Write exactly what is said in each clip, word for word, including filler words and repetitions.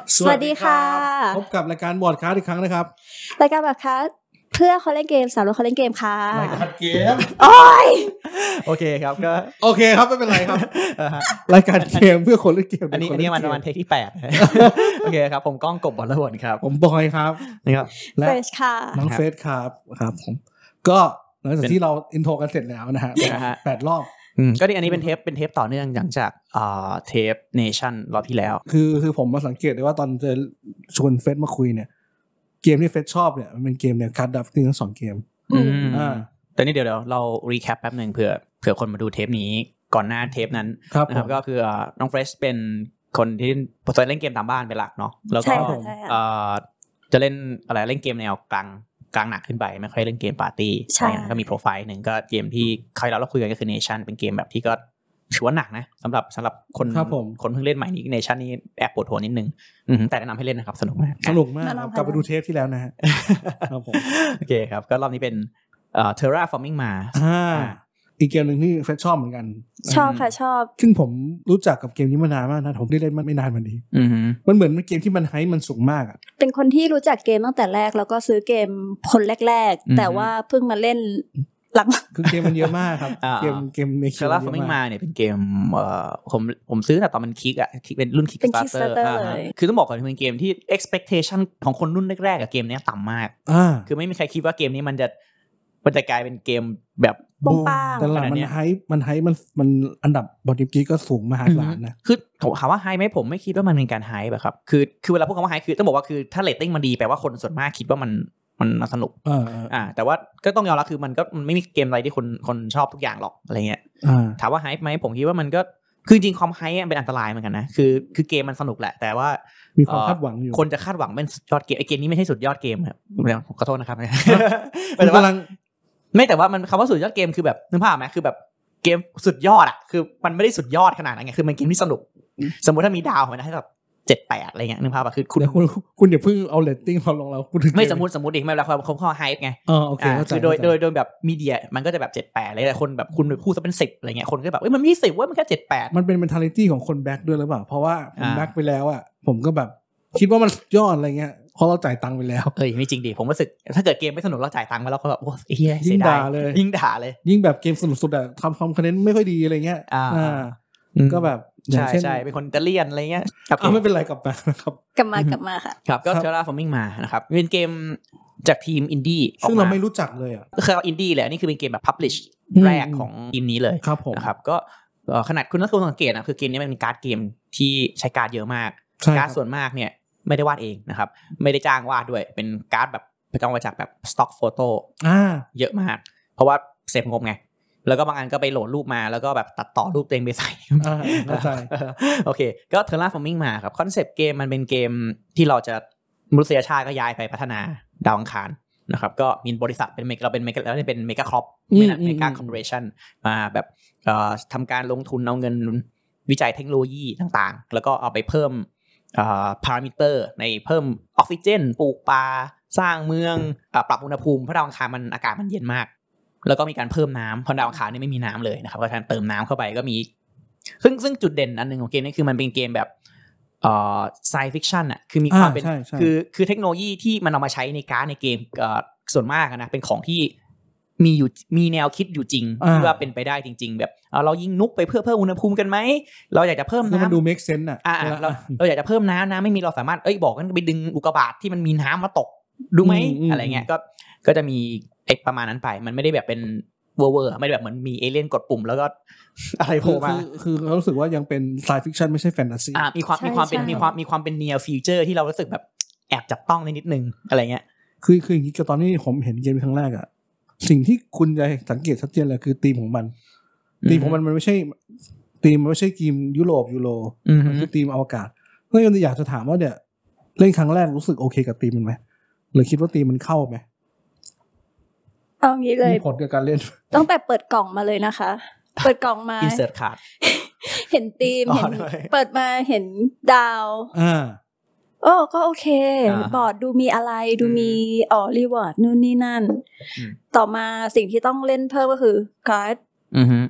สวัสดีค่ะพบกับรายการบอร์ดคาสต์อีกครั้งนะครับรายการบอร์ดคาสต์เพื่อคนเล่นเกมสำหรับคนเล่นเกมค่ะรายการเกมโอ้ยโอเคครับก็โอเคครับไม่เป็นไรครับรายการเกมเพื่อคนเล่นเกมอันนี้อันนี้มันประมาณเทคที่แปดโอเคครับผมก้องกบบอลละวนครับผมบอยครับนี่ครับและเฟสค่ะน้องเฟสครับครับผมก็หลังจากที่เราอินโทรกันเสร็จแล้วนะฮะแปดรอบก็นี่อันนี้เป็นเทปเป็นเทปต่อเนื่องหลังจากอ่าเทปเนชั่นรอบที่แล้วคือคือผมมาสังเกตได้ว่าตอนจะชวนเฟสมาคุยเนี่ยเกมที่เฟสชอบเนี่ยมันเป็นเกมเนี่ยการ์ดดับที่ทั้งสองเกมอ่าแต่นี่เดี๋ยวเดี๋ยวเรารีแคปแป๊บนึงเผื่อเผื่อคนมาดูเทปนี้ก่อนหน้าเทปนั้นนะครับก็คือน้องเฟรชเป็นคนที่ปกติเล่นเกมตามบ้านเป็นหลักเนาะแล้วก็จะเล่นอะไรเล่นเกมแนวกลางกลางหนักขึ้นไปไม่ค่อยเล่นเกมปาร์ตี้อะไรเงี้ยก็มีโปรไฟล์หนึ่งก็เกมที่ใครเราเราคุยกันก็คือ Nation เป็นเกมแบบที่ก็ถือว่าหนักนะสำหรับสำหรับคนคนเพิ่งเล่นใหม่นี้ Nation นี่แอบปวดหัวนิดนึงแต่แนะนำให้เล่นนะครับสนุกมากสนุกมากครับกลับไปดูเทปที่แล้วนะฮะครับผมโอเคครับก็รอบนี้เป็นเอ่อ Terraforming Mars อ่าอีกเกมนึงที่เฟซชอบเหมือนกันชอบค่ะชอบซึ่งผมรู้จักกับเกมนี้มานานมากนะผมได้เล่นมันไม่นานมานี้มันเหมือนเป็นเกมที่มันไฮมันสูงมากอ่ะเป็นคนที่รู้จักเกมตั้งแต่แรกแล้วก็ซื้อเกมคนแรกๆแต่ว่าเพิ่งมาเล่นหลังคือเกมมันเยอะมากครับเกมเกมในคิว Terraforming Mars เนี่ยเป็นเกมเอ่อผมผมซื้อแต่ตอนมันคิกอ่ะเป็นรุ่น Kickstarter คือต้องบอกก่อนเป็นเกมที่ expectation ของคนรุ่นแรกๆกับเกมนี้ต่ำมากคือไม่มีใครคิดว่าเกมนี้มันจะมันจะกลายเป็นเกมแบบปุ้งป้างแต่หลังมันไฮมันไฮมันมันอันดับบอดี้กี้ก็สูงมหาศาลนะคือถามว่าไฮไหมผมไม่คิดว่ามันเป็นการไฮแบบครับคือคือเวลาพูดคำว่าไฮคือต้องบอกว่าคือถ้าเรตติ้งมันดีแปลว่าคนส่วนมากคิดว่ามันมันสนุกอ่าแต่ว่าก็ต้องยอมรับคือมันก็มันไม่มีเกมอะไรที่คนคนชอบทุกอย่างหรอกอะไรเงี้ยถามว่าไฮไหมผมคิดว่ามันก็คือจริงความไฮเป็นอันตรายเหมือนกันนะคือคือเกมมันสนุกแหละแต่ว่ามีความคาดหวังอยู่คนจะคาดหวังเป็นสุดยอดเกมไอเกมนี้ไม่ใช่สุดยอดเกมครับขอโทษนะครับแต่กำลังไม่แต่ว่ามันคำว่าสุดยอดเกมคือแบบนึกภาพไหมคือแบบเกมสุดยอดอ่ะคือมันไม่ได้สุดยอดขนาดนั้นไงคือมันเกมที่สนุกสมมติถ้ามีดาวมันให้แบบเจ็ดแปดอะไรเงี้ยนึกภาพป่ะคือคุณคุณคุณอย่าเพิ่งเอาเรตติ้งมาลงเราไม่สมมติสมมติดิไม่เวลาเขาเขาเข้าไฮป์ไงอ๋อโอเคคือโดยโดยโดยแบบมีเดียมันก็จะแบบเจ็ดแปดเลยแต่คนแบบคุณพูดซะเป็นสิบอะไรเงี้ยคนก็แบบเอ้ยมันไม่สิบเว้ยมันแค่เจ็ดแปดมันเป็น mentality ของคนแบ็คด้วยหรือเปล่าเพราะว่าผมแบ็คไปแล้วอ่ะผมก็แบบคิดว่ามันยอดอะไรเงี้ยเพราะเราจ่ายตังค์ไปแล้วเอ้ยไม่จริงดิผมรู้สึกถ้าเกิดเกมไม่สนุกเราจ่ายตังค์ไปแล้วก็แบบโอ้เหี้ยยิ่งด่าเลยยิ่งด่าเลยยิ่งแบบเกมสนุกสุดอ่ะทำทำคะแนนไม่ค่อยดีอะไรเงี้ยอ่าก็แบบใช่ใช่เป็นคนอิตาเลียนอะไรเงี้ยครับไม่เป็นไรกลับมาครับกลับมากลับมาค่ะครับก็ Terraforming มานะครับเป็นเกมจากทีมอินดี้ซึ่งเราไม่รู้จักเลยอ่ะก็คืออินดี้แหละนี่คือเป็นเกมแบบ publish แรกของทีมนี้เลยนะครับก็ขนาดคุณนักคุณสังเกตนะคือเกมนี้มันเป็นการ์ดเกมที่ใช้การ์ดเยอะมากการ์ดส่วนมากเนี่ยไม่ได้วาดเองนะครับไม่ได้จ้างวาดด้วยเป็นการ์ดแบบไปจ้างมาจากแบบ stock photo อ่าเยอะมากเพราะว่าเซฟงบไงแล้วก็บางอันก็ไปโหลดรูปมาแล้วก็แบบตัดต่อรูปตัวเองไปใส่อ่าเข้าใจโอเคก็ Terraforming มาครับคอนเซปต์เกมมันเป็นเกมที่เราจะมนุษยชาติก็ย้ายไปพัฒนาดาวอังคารนะครับก็มีบริษัทเป็นเมกเราเป็นเมกแล้วเป็นเมกะครอปเป็นเมกะคอร์ปอเรชั่นมาแบบเอ่อทำการลงทุนเอาเงินวิจัยเทคโนโลยีต่างๆแล้วก็เอาไปเพิ่มอ่าพารามิเตอร์ในเพิ่มออกซิเจนปลูกป่าสร้างเมืองอ่าปรับอุณหภูมิเพราะดาวอังคารมันอากาศมันเย็นมากแล้วก็มีการเพิ่มน้ำเพราะดาวอังคารนี่ไม่มีน้ำเลยนะครับก็การเติมน้ำเข้าไปก็มีซึ่งซึ่งจุดเด่นอันนึงของเกมนี้คือมันเป็นเกมแบบเอ่อ science fiction อ่ะคือมีความเป็นคือคือเทคโนโลยีที่มันเอามาใช้ในการ์ดในเกมเอ่อส่วนมากนะเป็นของที่มีอยู่มีแนวคิดอยู่จริงที่ว่าเป็นไปได้จริงๆแบบเรายิงนุกไปเพื่อเพิ่มอุณหภูมิกันไหมเราอยากจะเพิ่มน้ำมันดู make sense อ่ะเราเราอยากจะเพิ่มน้ำน้ำไม่มีเราสามารถเอ้ยบอกกันไปดึงอุกกาบาตที่มันมีน้ำมาตกดูไหมอะไรเงี้ยก็ก็จะมีไอ้ประมาณนั้นไปมันไม่ได้แบบเป็นเวอร์เวอร์ไม่ได้แบบเหมือนมีเอเลี่ยนกดปุ่มแล้วก็อะไรโผล่มาคือเรารู้สึกว่ายังเป็น science fiction ไม่ใช่แฟนตาซีอ่ามีความมีความเป็นมีความมีความเป็น near future ที่เรารู้สึกแบบแอบจับต้องนิดนึงอะไรเงี้ยคือคืออย่างนี้ก็ตอนนี้ผมเห็นเกมครั้งแรกอะสิ่งที่คุณจะสังเกตชัดเจนเลยคือธีมของมันธีมของมันมันไม่ใช่ธีมมันไม่ใช่ธีมยุโรปยูโรมันคือธีมอวกาศเพื่อนอยากจะถามว่าเนี่ยเล่นครั้งแรกรู้สึกโอเคกับธีมมันไหมหรือคิดว่าธีมมันเข้าไหมเอางี้เลยมีผลกับการเล่นตั้งแต่เปิดกล่องมาเลยนะคะเปิดกล่องมา insert card เห็นธีมเห็นเปิดมาเห็นดาวอ่าโอ้ก็โอเคบอร์ดดูมีอะไรดูมีอ๋อรีวอร์ดนู่นนี่นั่นต่อมาสิ่งที่ต้องเล่นเพิ่มก็คือการ์ดการ์ด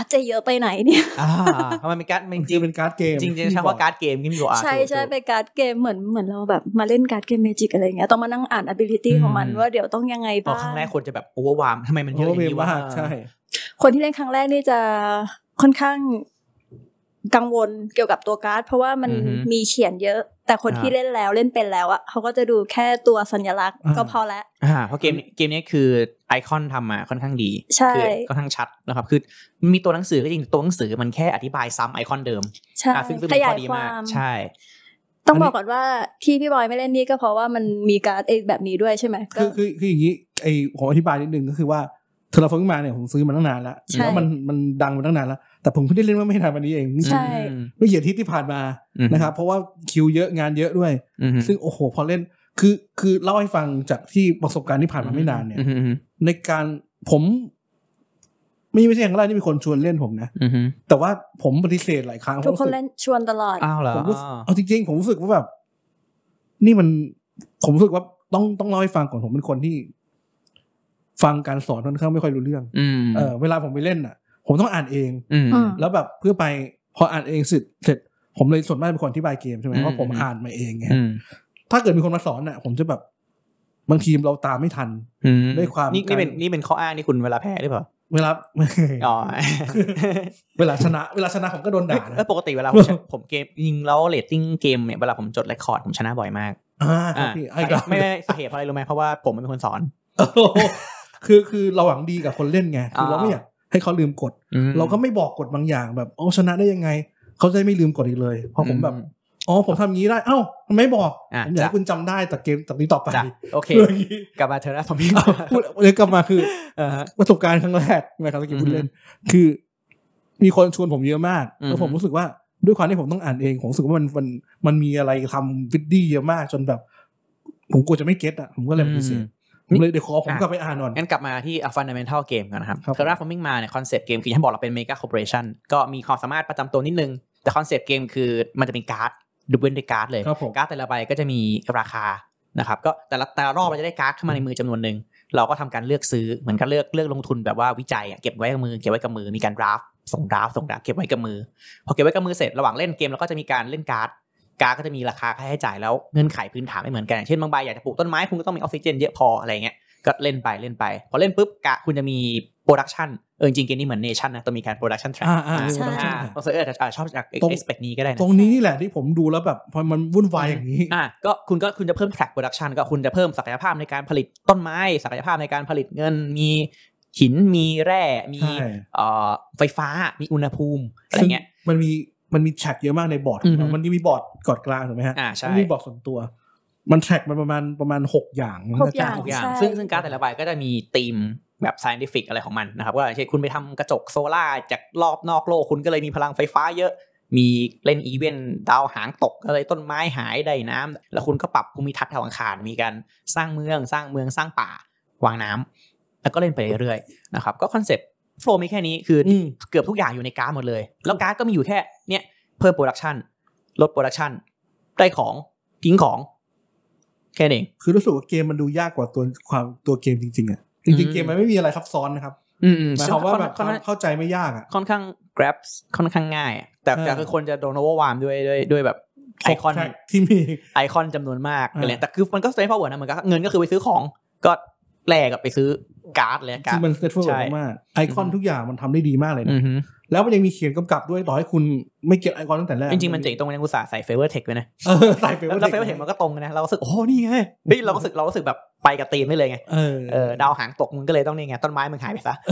ร์ดจะเยอะไปไหนเนี่ยอ่าทำไมเป็นการ์ดจริงเป็นการ์ดเกมจริงๆใช่ว่าการ์ดเกมกิมโกอาใช่ใช่เป็นการ์ดเกมเหมือนเหมือนเราแบบมาเล่นการ์ดเกมเมจิกอะไรอย่างเงี้ยต้องมานั่งอ่าน ability ของมันว่าเดี๋ยวต้องยังไงบ้างครั้งแรกคนจะแบบโอเวอร์วาร์มทำไมมันเยอะอย่างนี้วะใช่คนที่เล่นครั้งแรกนี่จะค่อนข้างกังวลเกี่ยวกับตัวการ์ดเพราะว่ามันมีเขียนเยอะแต่คนที่เล่นแล้วเล่นเป็นแล้วอ่ะเขาก็จะดูแค่ตัวสัญลักษณ์ก็พอแล้วอ่าเพราะเกมเกมนี้คือไอคอนทำมาค่อนข้างดีคือค่อนข้างชัดนะครับคือมีตัวหนังสือก็จริงตัวหนังสือมันแค่อธิบายซ้ำไอคอนเดิมใช่ขยายความใช่ต้องบอกก่อนว่าที่พี่บอยไม่เล่นนี่ก็เพราะว่ามันมีการ์ดแบบนี้ด้วยใช่ไหมคือคือคืออย่างนี้ไอผมอธิบายนิดนึงก็คือว่าเทเลฟอนมาเนี่ยผมซื้อมาตั้งนานแล้วแล้วมันมันดังมาตั้งนานแล้วแต่ผมเพิ่งได้เล่นเมื่อไม่นานวันนี้เองใช่ไม่กี่อาทิตย์ที่ผ่านมานะครับเพราะว่าคิวเยอะงานเยอะด้วยซึ่งโอ้โหพอเล่นคือคือเล่าให้ฟังจากที่ประสบการณ์ที่ผ่านมาไม่นานเนี่ยในการผมไม่ไม่ใช่อย่างแรกที่มีคนชวนเล่นผมนะแต่ว่าผมปฏิเสธหลายครั้งทุกคนเล่นชวนตลอดอ้าวเหรอเอาจริงๆผมรู้สึกว่าแบบนี่มันผมรู้สึกว่าต้องต้องเล่าให้ฟังก่อนผมเป็นคนที่ฟังการสอนค่อนข้างไม่ค่อยรู้เรื่องเออเวลาผมไปเล่นอ่ะผมต้องอ่านเองแล้วแบบเพื่อไปพออ่านเองเสร็จเสร็จผมเลยส่วนมากเป็นคนอธิบายเกมใช่ไหมว่าผมอ่านมาเองไงถ้าเกิดมีคนมาสอนอ่ะผมจะแบบบางทีเราตามไม่ทันด้วยความนี่นี่เป็นนี่เป็นข้ออ้างที่คุณเวลาแพ้หรือเปล่าเวลาอ๋อเวลาชนะเวลาชนะผมก็โดนด่านะปกติเวลาผมเกมยิงแล้วเรตติ้งเกมเนี่ยเวลาผมจดเรคคอร์ดผมชนะบ่อยมากอ่าครับพี่ไม่ไม่สาเหตุเพราะอะไรรู้ไหมเพราะว่าผมเป็นคนสอนคือคือเราหวังดีกับคนเล่นไงคือเราไม่อยากให้เขาลืมกฎเราก็ไม่บอกกฎบางอย่างแบบอ๋อชนะได้ยังไงเขาจะไม่ลืมกฎอีกเลยเพราะผมแบบอ๋อผมทำงี้ได้เอ้าทำไมบอกผมอยากให้คุณจำได้แต่เกมจากนี้ต่อไปโอเคกลับมาเธอนะผมพี่พูดเลยกลับมาคือประสบการณ์ครั้งแรกนะครับที่พูดเล่นคือมีคนชวนผมเยอะมากแล้วผมรู้สึกว่าด้วยความที่ผมต้องอ่านเองผมรู้สึกว่ามันมันมันมีอะไรทำวิดดี้เยอะมากจนแบบผมกลัวจะไม่เก็ตอ่ะผมก็เลยปฏิเสธเลยเดี๋ยวขอผมกลับไปอ่านก่อนงั้นกลับมาที่ fundamental game กันนะครับ Terraforming มาเนี่ยคอนเซ็ปต์เกมคือที่บอกเราเป็น mega corporation ก็มีความสามารถประจำตัวนิดนึงแต่คอนเซ็ปต์เกมคือมันจะเป็นการ์ดดูเป็นด้วยการ์ดเลยการ์ดแต่ละใบก็จะมีราคานะครับก็แต่ละแต่ละรอบเราจะได้การ์ดขึ้นมาในมือจำนวนนึงเราก็ทำการเลือกซื้อเหมือนกันเลือกเลือกลงทุนแบบว่าวิจัยเก็บไว้กับมือเก็บไว้กับมือมีการดราฟส่งดราฟส่งดราฟเก็บไว้กับมือพอเก็บไว้กับมือเสร็จระหว่างเล่นเกมเราก็จะมีการเล่นการ์ดการ์ดก็จะมีราคาค่าใช้จ่ายแล้วเงื่อนไขพื้นฐานไม่เหมือนกันเช่นบางใบอยากจะปลูกต้นไม้คุณก็ต้องมีออกซิเจนเยอะพออะไรเงี้ยก็เล่นไปเล่นไปพอเล่นปุ๊บกะคุณจะมีโปรดักชันเออจริงๆเกมนี้เหมือนเนชั่นนะต้องมีการโปรดักชันแทร็กอ่าๆใช่ๆเออชอบจากเอ็กซ์เพคนี้ก็ได้นะตรงนี้นี่แหละที่ผมดูแล้วแบบพอมันวุ่นวายอย่างนี้อ่าก็คุณก็คุณจะเพิ่มแทร็กโปรดักชันก็คุณจะเพิ่มศักยภาพในการผลิตต้นไม้ศักยภาพในการผลิตเงินมีหินมีแร่มีเอ่อไฟฟ้ามีอุณหภูมิอะไรเงี้ยมันมีมันมีแทร็กเยอะมากในบอร์ดมันมีบอร์ดกอดกลางถูกไหมฮะมันมีบอร์ดส่วนตัวมันแทร็กมันประมาณประมาณหกอย่างหกอย่างซึ่งซึ่งการ์ดแต่ละใบก็จะมีธีมแบบ scientific อะไรของมันนะครับว่าเช่นคุณไปทำกระจกโซล่าจากรอบนอกโลกคุณก็เลยมีพลังไฟฟ้าเยอะมีเล่นอีเวนต์ดาวหางตกอะไรต้นไม้หายได้น้ำแล้วคุณก็ปรับภูมิทัศน์ดาวอังคารมีการสร้างเมืองสร้างเมืองสร้างป่าวางน้ำแล้วก็เล่นไปเรื่อยๆนะครับก็คอนเซ็ปต์โฟล์มีแค่นี้คือเกือบทุกอย่างอยู่ในการ์ดหมดเลยแล้วการ์ดก็มีอยู่แค่เนี้ยเพิ่มโปรดักชันลดโปรดักชันได้ของทิ้งของแค่นี้คือรู้สึกว่าเกมมันดูยากกว่าตัวความตัวเกมจริงๆอ่ะจริงๆเกมมันไม่มีอะไรซับซ้อนนะครับหมายความว่าแบบเข้าใจไม่ยากอ่ะค่อนข้าง grab ค่อนข้างง่ายแต่แต่คือคนจะโดนโอเวอร์วาร์มด้วยด้วยด้วยแบบไอคอนที่มีไอคอนจำนวนมากอะไรแต่คือมันก็ straightforward นะเหมือนกับเงินก็คือไปซื้อของก็แลกกับไปซื้อการ์ดเลยการ์ดมัน straightforward มากไอคอนทุกอย่างมันทำได้ดีมากเลยนะแล้วมันยังมีเขียนกำกับด้วยต่อให้คุณไม่เก็บไอคอนตั้งแต่แรกจริงๆมันเจ๋งตรงมันยังอุตส่าห์ใส่ favor text ไว้นะเออใส่ favor text แล้ว favor text มันก็ตรงนะเรารู้สึกโอ้นี่ไงเฮ้ยเรารู้สึกเรารู้สึกแบบไปกับธีมได้เลยไงเออเออดาวหางตกมึงก็เลยต้องนี่ไงต้นไม้มึงหายไปซะ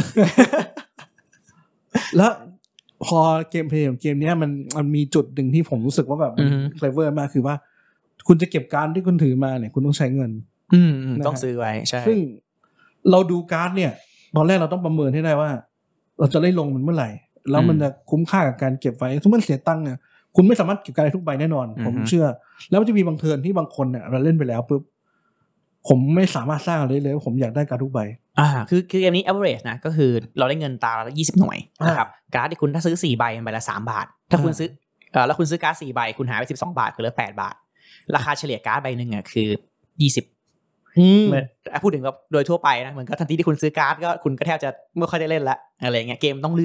แล้วพอเกมเพลย์ของเกมนี้มันมันมีจุดหนึ่งที่ผมรู้สึกว่าแบบเคลเวอร์มากคือว่าคุณจะเก็บการ์ดที่คุณถือมาเนี่ยคุณต้องใช้เงินอืมต้องซื้อไว้ใช่ซึ่งเราดูการ์ดเนี่ยตอนแรกเราต้องประเมินให้ได้ว่าเราจะได้ลงมันเมื่อไหร่แล้วมันจะคุ้มค่ากับการเก็บไว้ถ้ามันเสียตังค์เนี่ยคุณไม่สามารถเก็บการได้ทุกใบแน่นอนผมเชื่อแล้วมันจะมีบางเทิร์นที่บางคนเนี่ยเราเล่นไปแล้วปุ๊บผมไม่สามารถสร้างอะไรเลยผมอยากได้การทุกใบอ่าคือคือเกมนี้ average นะก็คือเราได้เงินตาละยี่สิบหน่วยนะครับการ์ดที่คุณถ้าซื้อสี่ใบใบละสามบาทถ้าคุณซื้อเอ่อแล้วคุณซื้อการ์ดสี่ใบคุณหายไปสิบสองบาทคือเหลือแปดบาทราคาเฉลี่ยการ์ดใบนึงอ่ะคือยี่สิบเหมือนพูดถึงแบบโดยทั่วไปนะเหมือนก็ทันทีที่คุณซื้อการ์ดก็คุณก็แทบจะไม่ค่อยได้เล่นละอะไรเงี้ยเกมต้องเลือก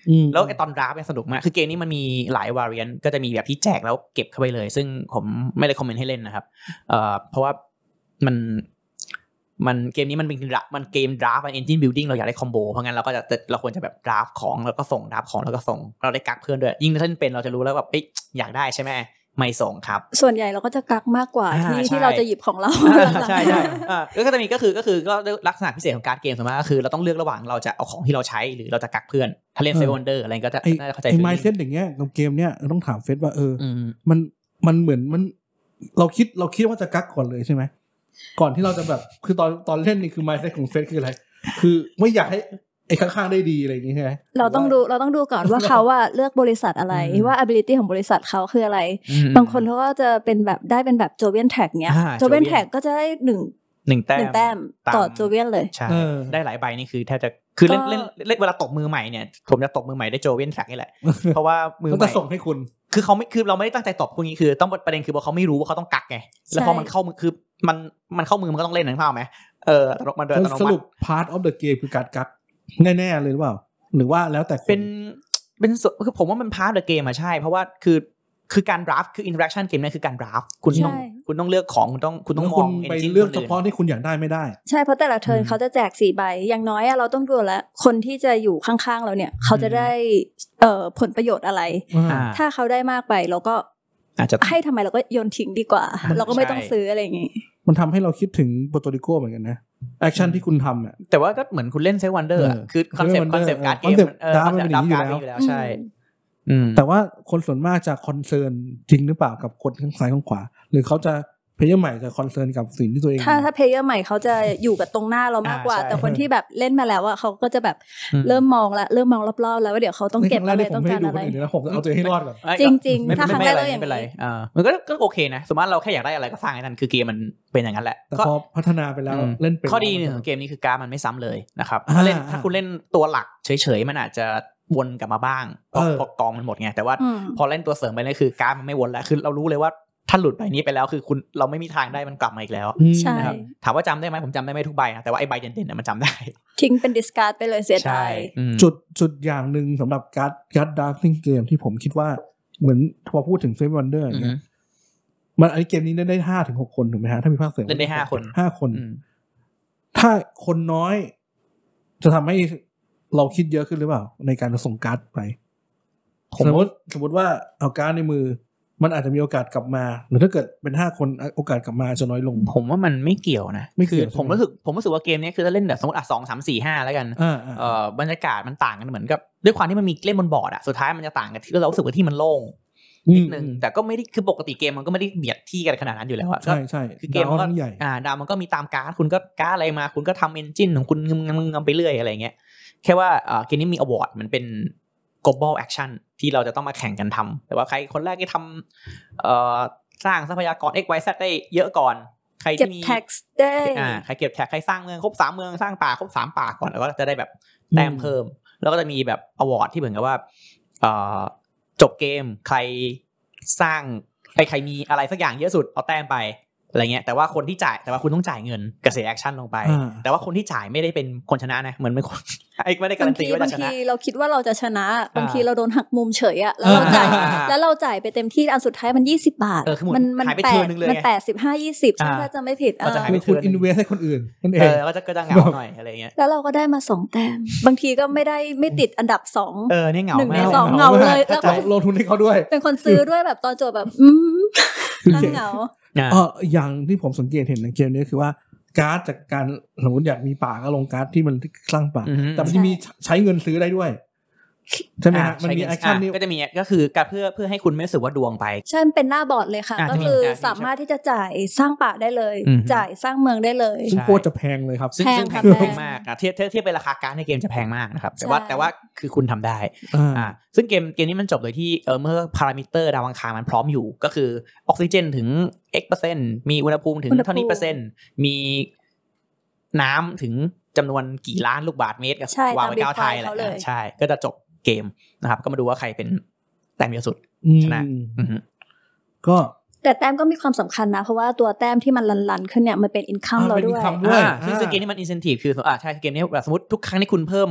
แล้วไอ้ตอนดราฟต์เนี่ยสนุกมากคือเกมนี้มันมีหลายวาเรียนต์ก็จะมีแบบที่แจกแล้วเก็บเข้าไปเลยซึ่งผมไม่ได้คอมเมนต์ให้เล่นนะครับเอ่อเพราะว่ามันมันเกมนี้มันเป็นมันเกมดราฟต์มันเอนจินบิลดิ้งเราอยากได้คอมโบเพราะงั้นเราก็จะเราควรจะแบบดราฟต์ของแล้วก็ส่งดราฟต์ของแล้วก็ส่งเราได้กักเพื่อนด้วยยิ่งถ้าเป็นเราจะรู้แล้วแบบเอ๊ะอยากได้ใช่ไหมไม่ส่งครับส่วนใหญ่เราก็จะกักมากกว่าที่ที่เราจะหยิบของเราใช่ใช่แล้วก็จะมีก็คือก็คือก็ลักษณะพิเศษของการ์ดเกมส่วนมากก็คือเราต้องเลือกระหว่างเราจะเอาของที่เราใช้หรือเราจะกักเพื่อนถ้าเล่นเซเว่นเดอร์อะไรก็จะน่าจะเข้าใจไอ้ mindset อย่างเงี้ยเกมเนี้ยต้องถามเฟซว่าเออมันมันเหมือนมันเราคิดเราคิดว่าจะกักก่อนเลยใช่ไหมก่อนที่เราจะแบบคือตอนตอนเล่นนี่คือ mindset ของเฟซคืออะไรคือไม่อยากให้ไอ้ข้างๆได้ดีอะไรอย่างเงี้ยใช่ไหมเราต้องดูเราต้องดูก่อนว่าเขาว่าเลือกบริษัทอะไรว่า ability ของบริษัทเขาคืออะไรบางคนเขาก็จะเป็นแบบได้เป็นแบบ Jovian Tag เนี้ย Jovian Tag ก็จะได้หนึ่งหนึ่งแต้มแต้มต่อ Jovian เลยใช่ได้หลายใบนี่คือแทบจะคือเล่นเล่นเล่นเวลาตบมือใหม่เนี่ยผมจะตบมือใหม่ได้ Jovian Tag นี่แหละเพราะว่ามือใหม่จะส่งให้คุณคือเขาไม่คือเราไม่ได้ตั้งใจตบพวกนี้คือต้องประเด็นคือว่าเขาไม่รู้ว่าเขาต้องกักไงแล้วพอมันเข้ามือคือมันมันเข้ามือมันก็ต้องเล่นนึกภาพมั้ยเออมันโดยอัตโนมัติสรุป part of the game คือการกักแน่ๆเลยหรือเปล่าหรือว่าแล้วแต่เป็นเป็นคือผมว่ามันพาร์ทเดอะเกมอ่ะใช่เพราะว่าคือคือการดราฟต์คืออินเทอร์แอคชั่นเกมนี่คือการดราฟต์คุณต้องคุณต้องเลือกของคุณต้องคุณต้องมองไปเลือกเฉพาะที่คุณอยากได้ไม่ได้ใช่เพราะแต่ละเทิร์นเขาจะแจกสี่ใบอย่างน้อยเราต้องดูแล้วคนที่จะอยู่ข้างๆเราเนี่ยเขาจะได้เอ่อผลประโยชน์อะไรถ้าเขาได้มากไปเราก็อาจจะให้ทำไมเราก็โยนทิ้งดีกว่าเราก็ไม่ต้องซื้ออะไรอย่างงี้มันทำให้เราคิดถึงโปรโตริโกเหมือนกันนะแอคชั่นที่คุณทำอ่ะแต่ว่าก็เหมือนคุณเล่นเซวันเดอร์คือคอนเซ็ปต์คอนเซ็ปต์การ์ดเกมเออมันเป็นอย่างนี้อยู่แล้วใช่แต่ว่าคนส่วนมากจะคอนเซิร์นจริงหรือเปล่ากับคนข้างซ้ายข้างขวาหรือเขาจะเพลเยอร์ใหม่จะคอนเซิร์นกับสิ่งที่ตัวเองถ้าถ้าเพลเยอร์ใหม่เขาจะอยู่กับตรงหน้าเรามากกว่าแต่คนที่แบบเล่นมาแล้วอ่ะเขาก็จะแบบเริ่มมองละเริ่มมองรอบๆแล้วว่าเดี๋ยวเขาต้องเก็บอะไรต้องการอะไรเดี๋ยวผมเอาตัวให้รอดก่อนจริงๆถ้าครั้งแรกก็อย่างนี้อ่ามันก็ก็โอเคนะสมมติเราแค่อยากได้อะไรก็สร้างให้นั่นคือเกมมันเป็นอย่างนั้นแหละแต่พอพัฒนาไปแล้วเล่นเป็นข้อดีหนึ่งของเกมนี้คือการ์ดมันไม่ซ้ำเลยนะครับถ้าเล่นถ้าคุณเล่นตัวหลักเฉยๆมันอาจจะวนกลับมาบ้างเพราะกองมันหมดไงแต่ว่าพอเล่นตัวเสริมไปนี่คือการ์ดมันไม่วนแล้วคือเรารู้เลยว่าถ้าหลุดใบนี้ไปแล้วคือคุณเราไม่มีทางได้มันกลับมาอีกแล้วนะครับถามว่าจำได้ไหมผมจำได้ไม่ทุกใบนะแต่ว่าไอ้ใบเด่นๆเนี่ยมันจำได้ทิ้งเป็นดิสการ์ดไปเลยเสียดายจุดจุดอย่างหนึ่งสำหรับการ์ดการ์ดดาร์กซิ่งเกมที่ผมคิดว่าเหมือนพอพูดถึงเซฟวันเดอร์เนี่ยมันไอ้เกมนี้เล่นได้ห้าถึงหกคนถูกไหมฮะถ้ามีภาคเสริมเล่นได้ห้าคนห้าคนถ้าคนน้อยจะทำให้เราคิดเยอะขึ้นหรือเปล่าในการส่งการ์ดไปสมมติสมมติว่าเอาการ์ดในมือมันอาจจะมีโอกาสกลับมาหรือถ้าเกิดเป็นห้าคนโอกาสกลับมาจะน้อยลงผมว่ามันไม่เกี่ยวนะคือผมรู้สึกผมรู้สึกว่าเกมนี้คือถ้าเล่นแบบสมมติอ่ะสองสามสี่ห้าแล้วกันเอ่อบรรยากาศมันต่างกันเหมือนกับด้วยความที่มันมีเล่นบนบอร์ดอะสุดท้ายมันจะต่างกันที่เรารู้สึกว่าที่มันโล่งนิดนึงแต่ก็ไม่ได้คือปกติเกมมันก็ไม่ได้เบียดที่กันขนาดนั้นอยู่แล้วอะใช่ใช่คือเกมมันก็อ่าดาวมันก็มีตามการ์ดคุณก็การ์ดอะไรมาคุณก็ทำเอนจินของคุณงึมๆไปเรื่อยอะไรเงี้ยแค่ว่าอ่าเกมนี้มีอวอร์ดมันเป็น global action ที่เราจะต้องมาแข่งกันทำแต่ว่าใครคนแรกที่ทำเอ่อสร้างทรัพยากร x y z ได้เยอะก่อนใครที่มี tax ได้อ่าใครเก็บแท็กใครสร้างเมืองครบสามเมืองสร้างป่าครบสามป่าก่อนแล้วก็จะได้แบบแต้มเพิ่มแล้วก็จะมีแบบอวอร์ดที่เหมือนกับว่าเอ่อจบเกมใครสร้างใครใครมีอะไรสักอย่างเยอะสุดเอาแต้มไปอะไรเงี้ยแต่ว่าคนที่จ่ายแต่ว่าคุณต้องจ่ายเงินกับเสียแอคชั่นลงไปแต่ว่าคนที่จ่ายไม่ได้เป็นคนชนะนะเหมือนไม่คนไอ้ไม่ได้การันตีว่าจะชนะบางทีเราคิดว่าเราจะชนะบางทีเราโดนหักมุมเฉยอะแล้วเราจ่ายแล้วเราจ่ายไปเต็มที่อันสุดท้ายมันยี่สิบบาทมันมันแปดมันแปดสิบห้ายี่สิบถ้าจะไม่ผิดเออคุณอินเวสให้คนอื่นนั่นเองเออก็จะก็จะเหงาหน่อยอะไรเงี้ยแล้วเราก็ได้มาสองแต้มบางทีก็ไม่ได้ไม่ติดอันดับสองเออนี่เหงาหนึ่งในสองเหงาเลยแล้วก็ลงทุนให้เขาด้วยเป็นคนซื้อด้วยแบบตอนจบแบบอืมเหงาอ๋ออย่างที่ผมสังเกตเห็นในเกมนี้คือว่าการ์ดจากการสมมติอยากมีป่าก็ลงการ์ดที่มันสร้างป่าแต่มันจะมีใช้เงินซื้อได้ด้วยใช่ไหมฮะมันมีแอคชั่นนี้ก็จะมีก็คือการเพื่อเพื่อให้คุณไม่รู้สึกว่าดวงไปใช่เป็นหน้าบอร์ดเลยค่ะก็คือสามารถที่จะจ่ายสร้างป่าได้เลยจ่ายสร้างเมืองได้เลยซึ่งโคตรจะแพงเลยครับซึ่งแพงมากนะเทียบเทียบเป็นราคาการ์ดในเกมจะแพงมากนะครับแต่ว่าแต่ว่าคือคุณทำได้อ่าซึ่งเกมเกมนี้มันจบโดยที่เออเมื่อพารามิเตอร์ดาวอังคารมันพร้อมอยู่ก็คือออกซิเจนถึง x เปอร์เซ็นต์มีอุณหภูมิถึงเท่านี้เปอร์เซ็นต์มีน้ำถึงจำนวนกี่ล้านลูกบาศก์เมตรกับวางไว้ก้าวไทยแหละใช่ก็จะจบเกมนะครับก็มาดูว่าใครเป็นแต้มเยอะสุดชนะก็แต่แต้มก็มีความสำคัญนะเพราะว่าตัวแต้มที่มันลันๆขึ้นเนี่ยมันเป็นอินคัมเราด้วยซึ่งเกมนี้มันอินเซนทีฟคืออ่าใช่เกมนี้แบบสมมติทุกครั้งที่คุณเพิ่ม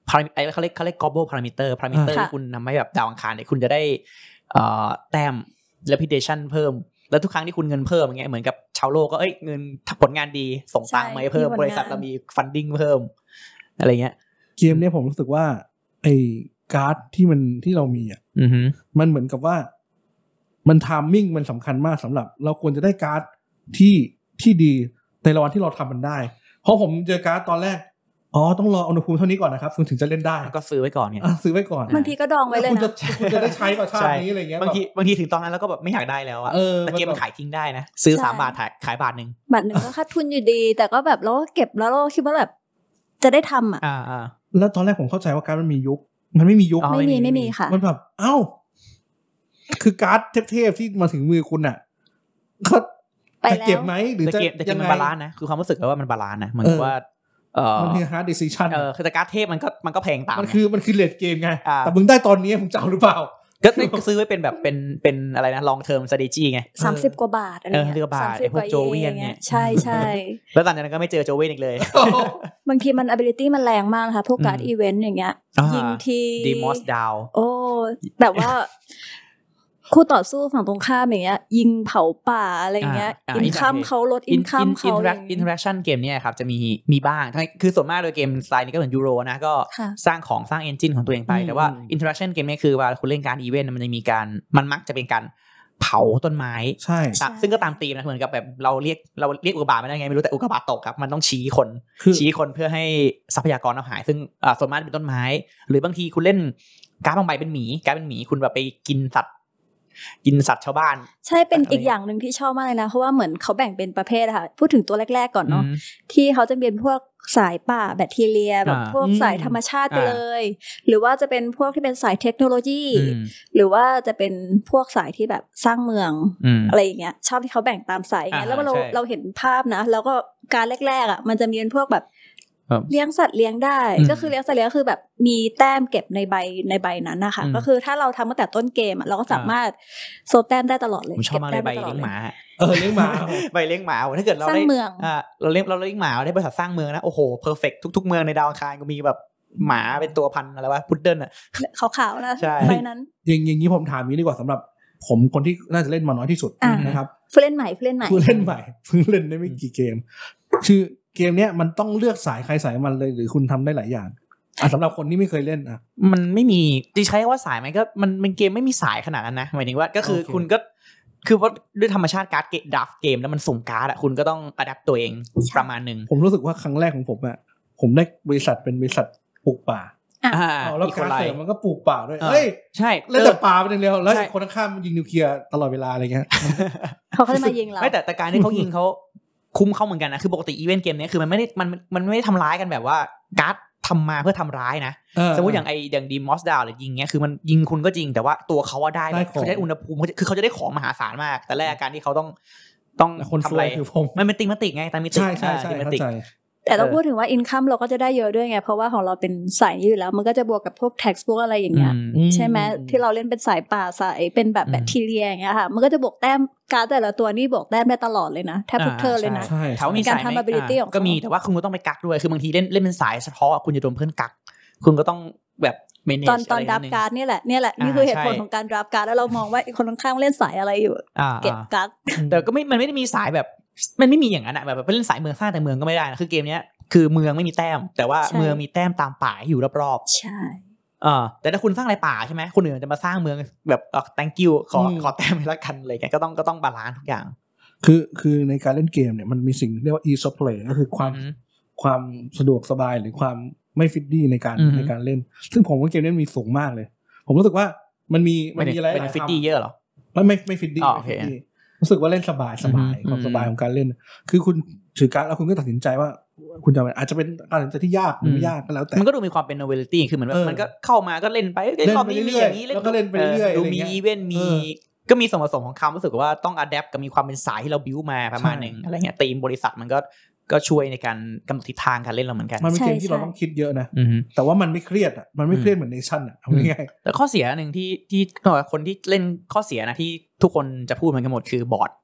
ไอ้เขาเรียกเขาเรียก global parameter parameter ที่คุณนำให้แบบดาวอังคารเนี่ยคุณจะได้เอ่อแต้ม reputation เพิ่มแล้วทุกครั้งที่คุณเงินเพิ่มอย่างเงี้ยเหมือนกับชาวโลกก็เอ้ยเงินผลงานดีส่งตังค์มาให้เพิ่มบริษัทเรามี funding เพิ่มอะไรเงี้ยเกมเนี้ยผมรู้สึกว่าไอ้การ์ดที่มันที่เรามีอ่ะมันเหมือนกับว่ามันไทมิ่งมันสำคัญมากสำหรับเราควรจะได้การ์ดที่ที่ดีในระหว่างที่เราทำมันได้เพราะผมเจอการ์ดตอนแรกอ๋อต้องรออุณหภูมิเท่านี้ก่อนนะครับคุณถึงจะเล่นได้ก็ซื้อไว้ก่อนไงซื้อไว้ก่อนบางทีก็ดองไว้เลยนะคุณจะได้ใช้กับชาตินี้อะไรเงี้ยบางทีบางทีถึงตอนนั้นแล้วก็แบบไม่อยากได้แล้วอะแต่เกมมันขายทิ้งได้นะซื้อสามบาทขายบาทนึงบาทนึงก็ขาดทุนอยู่ดีแต่ก็แบบเราก็เก็บแล้วเราคิดว่าแบบจะได้ทำอ่ะอ่าแล้วตอนแรกผมเข้าใจว่าการ์ดมันมียุคมันไม่มียุคไม่มีไม่มีค่ะมันแบบเอ้าคือการ์ดเทพๆที่มาถึงมือคุณอ่ะเขาจะเก็บไหมหรือจะยังไงมันบาลานซ์นะคือความรู้สึกว่ามันบาลานซ์นะเหมือนว่าเออมันคือ hard decision เออคือแต่การ์ดเทพมันก็มันก็แพงตามมันคือมันคือเลทเกมไงแต่มึงได้ตอนนี้มึงจะเอาหรือเปล่าก็ซื้อไว้เป็นแบบเป็นเป็นอะไรนะ long term strategy ไงสามสิบกว่าบาทอะไรเงี้ยบาทไอ้พวกโจเวียนเนี่ยใช่ๆแล้วตอนนั้นก็ไม่เจอโจเวียนอีกเลยบางทีมัน ability มันแรงมากนะคะพวกการ์ดอีเวนต์อย่างเงี้ยยิงทีดีมอสดาวโอ้แบบว่าคู่ต่อสู้ฝั่งตรงข้ามอย่างเงี้ยยิงเผาป่าอะไรเงี้ยอินคัมเขาลดอินคัมเขาอินเทอร์แอคชั่นเกมเนี่ยครับจะมีมีบ้างคือส่วนมากโดยเกมสไตล์นี้ก็เหมือนยูโรนะก็สร้างของสร้างเอนจินของตัวเองไปแต่ว่าอินเทอร์แอคชั่นเกมนี้คือว่าคุณเล่นการอีเวนต์มันจะมีการมันมักจะเป็นการเผาต้นไม้ใช่ซึ่งก็ตามธีมนะเหมือนกับแบบเราเรียกเราเรียกอุกกาบาตไม่ได้ไงไม่รู้แต่อุกกาบาตตกครับมันต้องชี้คนชี้คนเพื่อให้ทรัพยากรเราหายซึ่งส่วนมากเป็นต้นไม้หรือบางทีคุณเล่นการ์ดบางใบเป็นหมีการ์ดเป็นหมีคุณแบบไปกินสัตว์กินสัตว์ชาวบ้านใช่เป็นอีกอย่างนึงที่ชอบมากเลยนะเพราะว่าเหมือนเขาแบ่งเป็นประเภทค่ะพูดถึงตัวแรกๆก่อนเนาะที่เขาจะเป็นพวกสายป่าแบคทีเรียแบบพวกสายธรรมชาติไปเลยหรือว่าจะเป็นพวกที่เป็นสายเทคโนโลยีหรือว่าจะเป็นพวกสายที่แบบสร้างเมืองอะไรอย่างเงี้ยชอบที่เขาแบ่งตามสายอย่างเงี้ยแล้วเราเราเห็นภาพนะแล้วก็การแรกๆอ่ะมันจะมีเป็นพวกแบบเลี้ยงสัตว์เลี้ยงได้ก็คือเลี้ยงสัตว์เลี้ยงคือแบบมีแต้มเก็บในใบในใบนั้นนะคะก็คือถ้าเราทำตั้งแต่ต้นเกมเราก็สามารถโซแต้มได้ตลอดเลยผมชอบมากเลยใบเลี้ยงหมาเออเลี้ยงหมาใบเลี้ยงหมาถ้าเกิดเราได้อ่าเราเลี้ยงเราเลี้ยงหมาได้บริษัทสร้างเมืองนะโอ้โหเพอร์เฟกต์ทุกๆเมืองในดาวอังคารก็มีแบบหมาเป็นตัวพันอะไรวะพุดเดิ้ลอ่ะขาวๆนะใบนั้นอย่างอย่างนี้ผมถามนี้ดีกว่าสำหรับผมคนที่น่าจะเล่นมาน้อยที่สุดนะครับผู้เล่นใหม่ผู้เล่นใหม่ผู้เล่นใหม่เพิ่งเล่นได้ไม่กี่เกมคือเกมเนี้ยมันต้องเลือกสายใครสายมันเลยหรือคุณทำได้หลายอย่างอ่ะสำหรับคนที่ไม่เคยเล่นอ่ะมันไม่มีจะใช้ว่าสายไหมก็มันเป็นเกมไม่มีสายขนาดนั้นนะหมายถึงว่าก็คือ okay. คุณก็คือว่าด้วยธรรมชาติการ์ดเกมดับเกมแล้วมันสุ่มการ์ดอ่ะคุณก็ต้องอัดแอปตัวเองประมาณนึงผมรู้สึกว่าครั้งแรกของผมอ่ะผมได้บริษัทเป็นบริษัทปลูกป่าอ่าแล้วการ์ดเสริมมันก็ปลูกป่าด้วยเฮ้ยใช่เล่นแต่ป่าเป็นอย่างเดียวแล้วคนข้างๆมันยิงนิวเคลียร์ตลอดเวลาอะไรเงี้ยเขาก็จะมายิงเราไม่แต่แต่การที่เขายิงเขาคุ้มเข้าเหมือนกันนะคือปกติอีเวนต์เกมนี้คือมันไม่ได้มันมันไม่ได้ทำร้ายกันแบบว่าการ์ดทำมาเพื่อทำร้ายนะสมมติอย่างไออย่างดีมอสดาวหรือยิงเงี้ยคือมันยิงคุณก็จริงแต่ว่าตัวเขาว่าได้เขาได้อุณหภูมิคือเขาจะได้ของมหาศาลมากแต่แรกการที่เขาต้องต้องทำอะไรมันเป็นติงมาติกไงตามมิติใช่ใช่ใช่เข้าใจแต่เราพูดถึงว่าอินคัมเราก็จะได้เยอะด้วยไงเพราะว่าของเราเป็นสายอยู่แล้วมันก็จะบวกกับพวกแท็กซ์พวกอะไรอย่างเงี้ยใช่ไหมที่เราเล่นเป็นสายป่าสายเป็นแบบแบคทีเรียอย่างเงี้ยค่ะมันก็จะบวกแต้มการแต่ละตัวนี่บวกแต้มได้ตลอดเลยนะแทบทุกเทิร์นเลยนะถามว่ามีการทำ ability ของก็มีแต่ว่าคุณก็ต้องไปกักด้วยคือบางทีเล่นเล่นเป็นสายเฉพาะคุณจะโดนเพื่อนกักคุณก็ต้องแบบตอนตอนดราฟการ์ดนี่แหละนี่แหละนี่คือเหตุผลของการดราฟการ์ดแล้วเรามองว่าคนข้างๆเล่นสายอะไรอยู่เก็บกักแต่ก็ไม่มันไม่ได้มีสายแบบมันไม่มีอย่างนั้นอะแบบไปเล่นสายเมืองสร้างแต่เมืองก็ไม่ได้นะคือเกมเนี้ยคือเมืองไม่มีแต้มแต่ว่าเมืองมีแต้มตามป่าอยู่รอบๆใช่อ่าแต่ถ้าคุณสร้างอะไรป่าใช่ไหมคนอื่นจะมาสร้างเมืองแบบอ่ะ thank you ขอขอแต้มให้ละกันอะไรกันก็ต้องก็ต้องบาลานซ์ทุกอย่างคือคือในการเล่นเกมเนี่ยมันมีสิ่งเรียกว่า ease of play ก็คือความความสะดวกสบายหรือความไม่ฟิดดี้ในการในการเล่นซึ่งผมว่าเกมนี้มีสูงมากเลยผมรู้สึกว่ามันมีมันมีอะไรเป็นฟิดดี้เยอะเหรอไม่ไม่ไม่ฟิดดี้รู้สึกว่าเล่นสบายสบายความสบายของการเล่นคือคุณถือการแล้วคุณก็ตัดสินใจว่าคุณจะอาจจะเป็นการตัดสินใจที่ยากหรือไม่ยากก็แล้วแต่มันก็ดูมีความเป็น novelty คือเหมือนมันก็เข้ามาก็เล่นไปเล่นไปเรื่อยๆแล้วก็เล่นไปเรื่อยๆดูมีอีเวนต์มีก็มีส่วนผสมของคำรู้สึกว่าต้อง adapt กับมีความเป็นสายที่เราบิวมาประมาณนึงอะไรเงี้ยทีมบริษัทมันก็ก็ช่วยในการกำหนดทิศทางการเล่นเราเหมือนกันมันเป็นเกมที่เราต้องคิดเยอะนะแต่ว่ามันไม่เครียดอ่ะมันไม่เครียดเหมือนเนชั่นอ่ะเอาง่ายๆแต่ข้อเสียนึงที่ที่คนที่เล่นข้อเสียนะที่ทุกคนจะพูดเหมือนกันหมดคือบอร์ด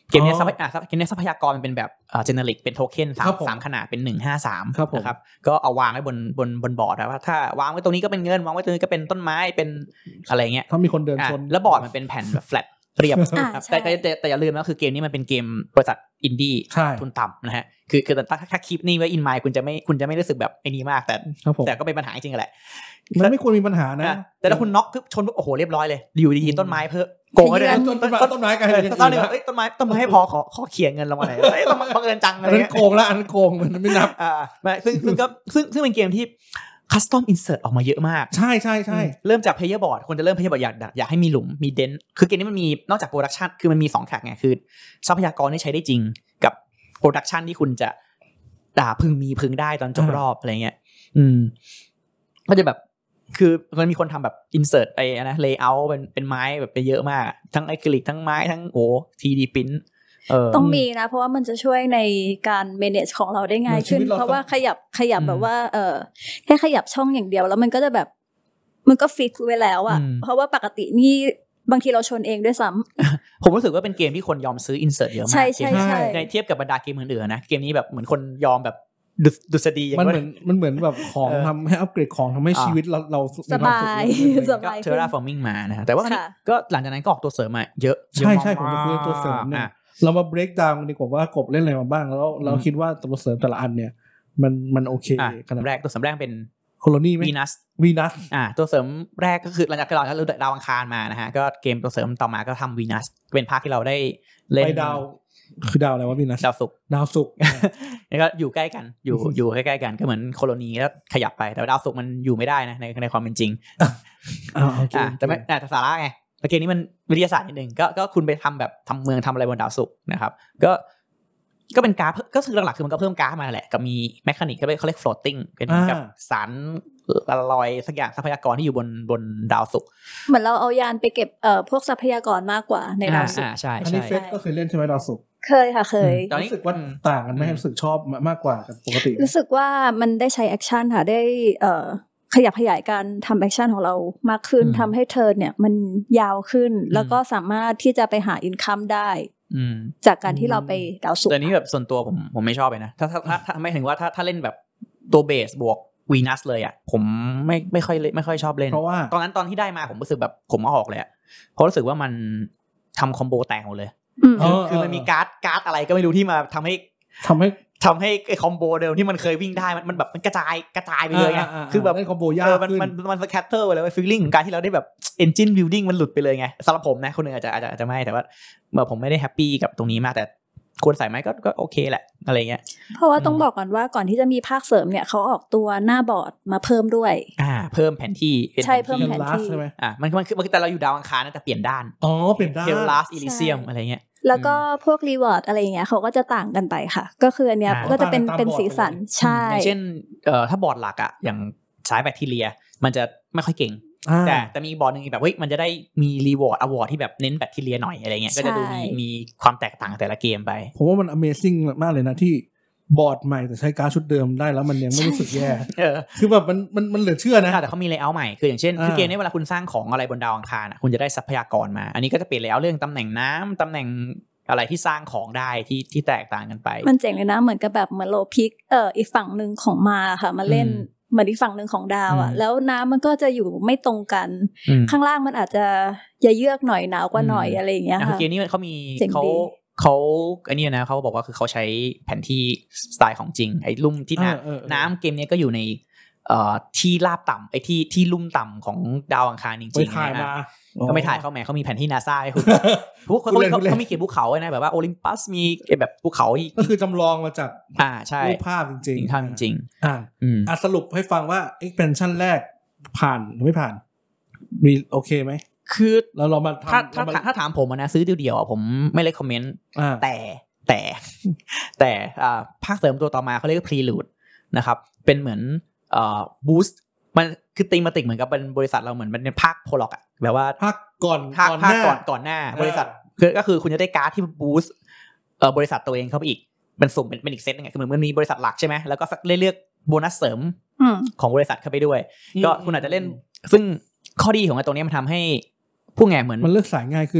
เกมนี้ทรัพยากรเกมนี้ทรัพยากรมันเป็นแบบเอ่อ generic เป็นโทเค็นสามสามขนาดเป็นหนึ่ง ห้า สามนะครับก็เอาวางไว้บนบนบนบอร์ดว่าถ้าวางไว้ตรงนี้ก็เป็นเงินวางไว้ตรงนี้ก็เป็นต้นไม้เป็นอะไรเงี้ยถ้ามีคนเดินชนแล้วบอร์ดมันเป็นแผ่นแบบ flat เรียบครับแต่แต่แต่อย่าลืมนะคือเกมนี้มันเป็นเกมบริษัทอินดี้ทุนต่ำนะฮะคือคือถ้าถ้าคลิปนี้ไว้อินไมล์คุณจะไม่คุณจะไม่รู้สึกแบบไอ้นี้มากแต่แต่ก็เป็นปัญหาจริงแหละมันไม่ควรมีปัญหานะแต่ถ้าคุณน็อกชนโอ้โหเรียบร้อยเลยอยู่ดีๆต้นไม้เพิ่มโกงเลยต้นต้นต้นไม้กันตอนนี้แบบต้นไม้ต้นไม้ให้พอขอขอเขี่ยเงินลงมาหน่อยต้องบังเอิญจังอะไรเงี้ยอันโกงละอันโกงมันไม่นับอ่าซึ่งซึ่งก็ซึ่งซึ่งเป็นเกมที่คัสตอมอินเสิร์ตออกมาเยอะมากใช่ใช่ใช่เริ่มจากเพลเยอร์บอร์ดคนจะเริ่มเพลเยอร์บอร์ดอยากอยากให้มีหลุมมีเดนคือเกมนี้มันมีนอกจากโปรดักชันคือมันมีสองแท็กไงคือทรัพยากรที่ใช้ได้จริงกับโปรดักชันที่คุณจะด่าพึงมีพึงได้ตอนจบรอบอะไรเงี้ยอืมก็จะแบบคือมันมีคนทำแบบอินเสิร์ตไอ้นะเลเยอร์เป็นเป็นไม้แบบไปเยอะมากทั้งไอคลิกทั้งไม้ทั้งโอ้ ที ดี Print เออต้องมีนะเพราะว่ามันจะช่วยในการ manage ของเราได้ง่ายขึ้นเพราะว่าขยับขยับแบบว่าเออแค่ขยับช่องอย่างเดียวแล้วมันก็จะแบบมันก็ฟิกไว้แล้วอ่ะเพราะว่าปกตินี่บางทีเราชนเองด้วยซ้ำผมรู้สึกว่าเป็นเกมที่คนยอมซื้ออินเสิร์ตเยอะมากใช่ใช่ใช่ในเทียบกับบรรดาเกมอื่นๆนะเกมนี้แบบเหมือนคนยอมแบบดุษฎีมันเหมือนมันเหมือนแบบของทำให้อัปเกรดของทำให้ชีวิตเราเราสบายสบายเทอร์ราฟอร์มิงมานะแต่ว่าก็หลังจากนั้นก็ออกตัวเสริมมาเยอะใช่ใช่ผมจะพูดตัวเสริมเนี่ยเรามา break down ดีกว่าว่ากบเล่นอะไรมาบ้างแล้วเราคิดว่าตัวเสริมแต่ละอันเนี่ยมันมันโอเคขนาดแรกตัวเสริมแรกเป็นโคโลนีไหมวีนัสวีนัสอ่าตัวเสริมแรกก็คือหลังจากที่เราดาวอังคารมานะฮะก็เกมตัวเสริมต่อมาก็ทำวีนัสเป็นภาคที่เราได้เล่นไปดาวคือดาวอะไรวะวีนัสดาวศุกร์ดาวศุกร์แล้วก็อยู่ใกล้กันอยู่อยู่ใกล้ๆกันก็เหมือนโคโลนีแล้วขยับไปแต่ดาวศุกร์มันอยู่ไม่ได้นะในในความเป็นจริงอ่าโอเคแต่ไม่แต่สาระไงเกมนี้มันวิทยาศาสตร์นิดนึงก็ก็คุณไปทำแบบทำเมืองทำอะไรบนดาวศุกร์นะครับก็ก็เป็นการก็คือหลักๆคือมันก็เพิ่มก๊าซมาแหละกับมีแมคานิกก็เขาเรียก floating เป็นกับสารละลอยสักอย่างทรัพยากรที่อยู่บนบนดาวศุกร์เหมือนเราเอายานไปเก็บเอ่อพวกทรัพยากรมากกว่าในดาวศุกร์อ่าใช่อันนี้เฟสก็เคยเล่นใช่ไหมดาวศุกร์เคยค่ะเคยรู้สึกว่าต่างกันไหมรู้สึกชอบมากกว่ากับปกติรู้สึกว่ามันได้ใช้แอคชั่นค่ะได้เอ่อขยับขยายการทำแอคชั่นของเรามากขึ้นทำให้เธอเนี่ยมันยาวขึ้นแล้วก็สามารถที่จะไปหาอินคัมได้จากการที่เราไปดาวศุกร์แต่นี้แบบส่วนตัวผมผมไม่ชอบเลยนะถ้าถ้าถ้าไม่ถึงว่าถ้าถ้าเล่นแบบตัวเบสบวกวีนัสเลยอ่ะผมไม่ไม่ค่อยไม่ค่อยชอบเล่นเพราะว่าตอนนั้นตอนที่ได้มาผมรู้สึกแบบผมเอาออกเลยอ่ะเพราะรู้สึกว่ามันทำคอมโบแตกหมดเลยคือมันมีการ์ดการ์ดอะไรก็ไม่รู้ที่มาทำให้ทำให้ทำให้ไอ้คอมโบเดิมที่มันเคยวิ่งได้มันมันแบบมันกระจายกระจายไปเลยไงคือแบบคอมโบยากขึ้นมันมันสแคตเตอร์ไปเลยฟีลลิ่งของการที่เราได้แบบเอนจินบิลดิ้งมันหลุดไปเลยไงสำหรับผมนะคนนึงอาจจะอาจจะอาจจะไม่แต่ว่าเมื่อผมไม่ได้แฮปปี้กับตรงนี้มากแต่ควรใส่ไหมก็ก็โอเคแหละอะไรเงี้ยเพราะว่าต้องบอกก่อนว่าก่อนที่จะมีภาคเสริมเนี่ยเขาออกตัวหน้าบอร์ดมาเพิ่มด้วยอ่าเพิ่มแผนที่ใช่เพิ่มแผนที่ใช่ไหมอ่ามันมันคือแต่เราอยู่ดาวอังคารนะแต่เปลี่ยนด้านอ๋อเปลี่ยนด้านเทลลาสอิลิเซียมอะไรเงี้ยแล้วก็พวกรีวอร์ดอะไรอย่างเงี้ยเขาก็จะต่างกันไปค่ะก็คืออันเนี้ยก็จะเป็นเป็นสีสันใช่อย่างเช่นเอ่อถ้าบอร์ดหลักอ่ะอย่างสายแบคทีเรียมันจะไม่ค่อยเก่งแต่แต่มีบอร์ดนึงแบบเฮ้ยมันจะได้มีรีวอร์ดอวอร์ดที่แบบเน้นแบคทีเรียหน่อยอะไรเงี้ยก็จะดูมีมีความแตกต่างแต่ละเกมไปผมว่ามัน Amazing มากเลยนะที่บอร์ดใหม่แต่ใช้การ์ดชุดเดิมได้แล้วมันยังไม่รู้สึกแย่คือแบบมันมันมันเหลือเชื่อนะแต่เขามีเลเยอร์ใหม่คืออย่างเช่นคือเกมนี้เวลาคุณสร้างของอะไรบนดาวอังคารคุณจะได้ทรัพยากรมาอันนี้ก็จะเปลี่ยนเลเยอร์เรื่องตำแหน่งน้ำตำแหน่งอะไรที่สร้างของได้ที่ที่แตกต่างกันไปมันเจ๋งเลยนะเหมือนกับแบบเหมือนโลพิกเอ่ออีกฝั่งนึงของมาค่ะมาเล่นเหมือนอีกฝั่งนึงของดาวอ่ะแล้วน้ำมันก็จะอยู่ไม่ตรงกันข้างล่างมันอาจจะอย่าเยือกหน่อยหนาวกว่าหน่อยอะไรอย่างเงี้ยค่ะเกมนี้เขามีเขาเขาอันนี้นะเขาบอกว่าคือเขาใช้แผนที่สไตล์ของจริงไอ้ลุ่มที่น้ำน้ำเกมนี้ก็อยู่ในเอ่อที่ราบต่ำไอ้ที่ที่ลุ่มต่ำของดาวอังคารจริงๆนะก็ไม่ถ่ายเข้าแม้เขามีแผนที่ NASA ให้คุณพวกเขาเขามีเขียนภูเขาไว้นะแบบว่าโอลิมปัสมีแบบภูเขาก็คือจำลองมาจากอ่าใช่รูปภาพจริงๆภาพจริงๆอ่าอ่ะสรุปให้ฟังว่า expansion แรกผ่านหรือไม่ผ่านมีโอเคไหมคือเราเรามาถ้าถ้าถ้าถามผมนะซื้อเดียวๆอ่ะผมไม่เลคคอมเมนต์แต่แต่แต่อ่าภาคเสริมตัวต่อมาเขาเรียกว่า Prelude นะครับเป็นเหมือนอ่า boostมันคือตีมติกเหมือนกับเป็นบริษัทเราเหมือนเป็นภาคโพล็อกอะแบบว่าภาคก่อนภาคภาคก่อนก่อนหน้าบริษัทคือก็คือคุณจะได้การ์ดที่บูสต์เอ่อบริษัทตัวเองเข้าไปอีกเป็นสุ่มเป็นเป็นอีกเซตนึงคือเหมือนมันมีบริษัทหลักใช่ไหมแล้วก็เลือกโบนัสเสริมของบริษัทเข้าไปด้วยก็คุณอาจจะเล่นซึ่งข้อดีของไอ้ตรงนี้มันทำให้ผู้แง่เหมือนมันเลือกสายง่ายขึ้น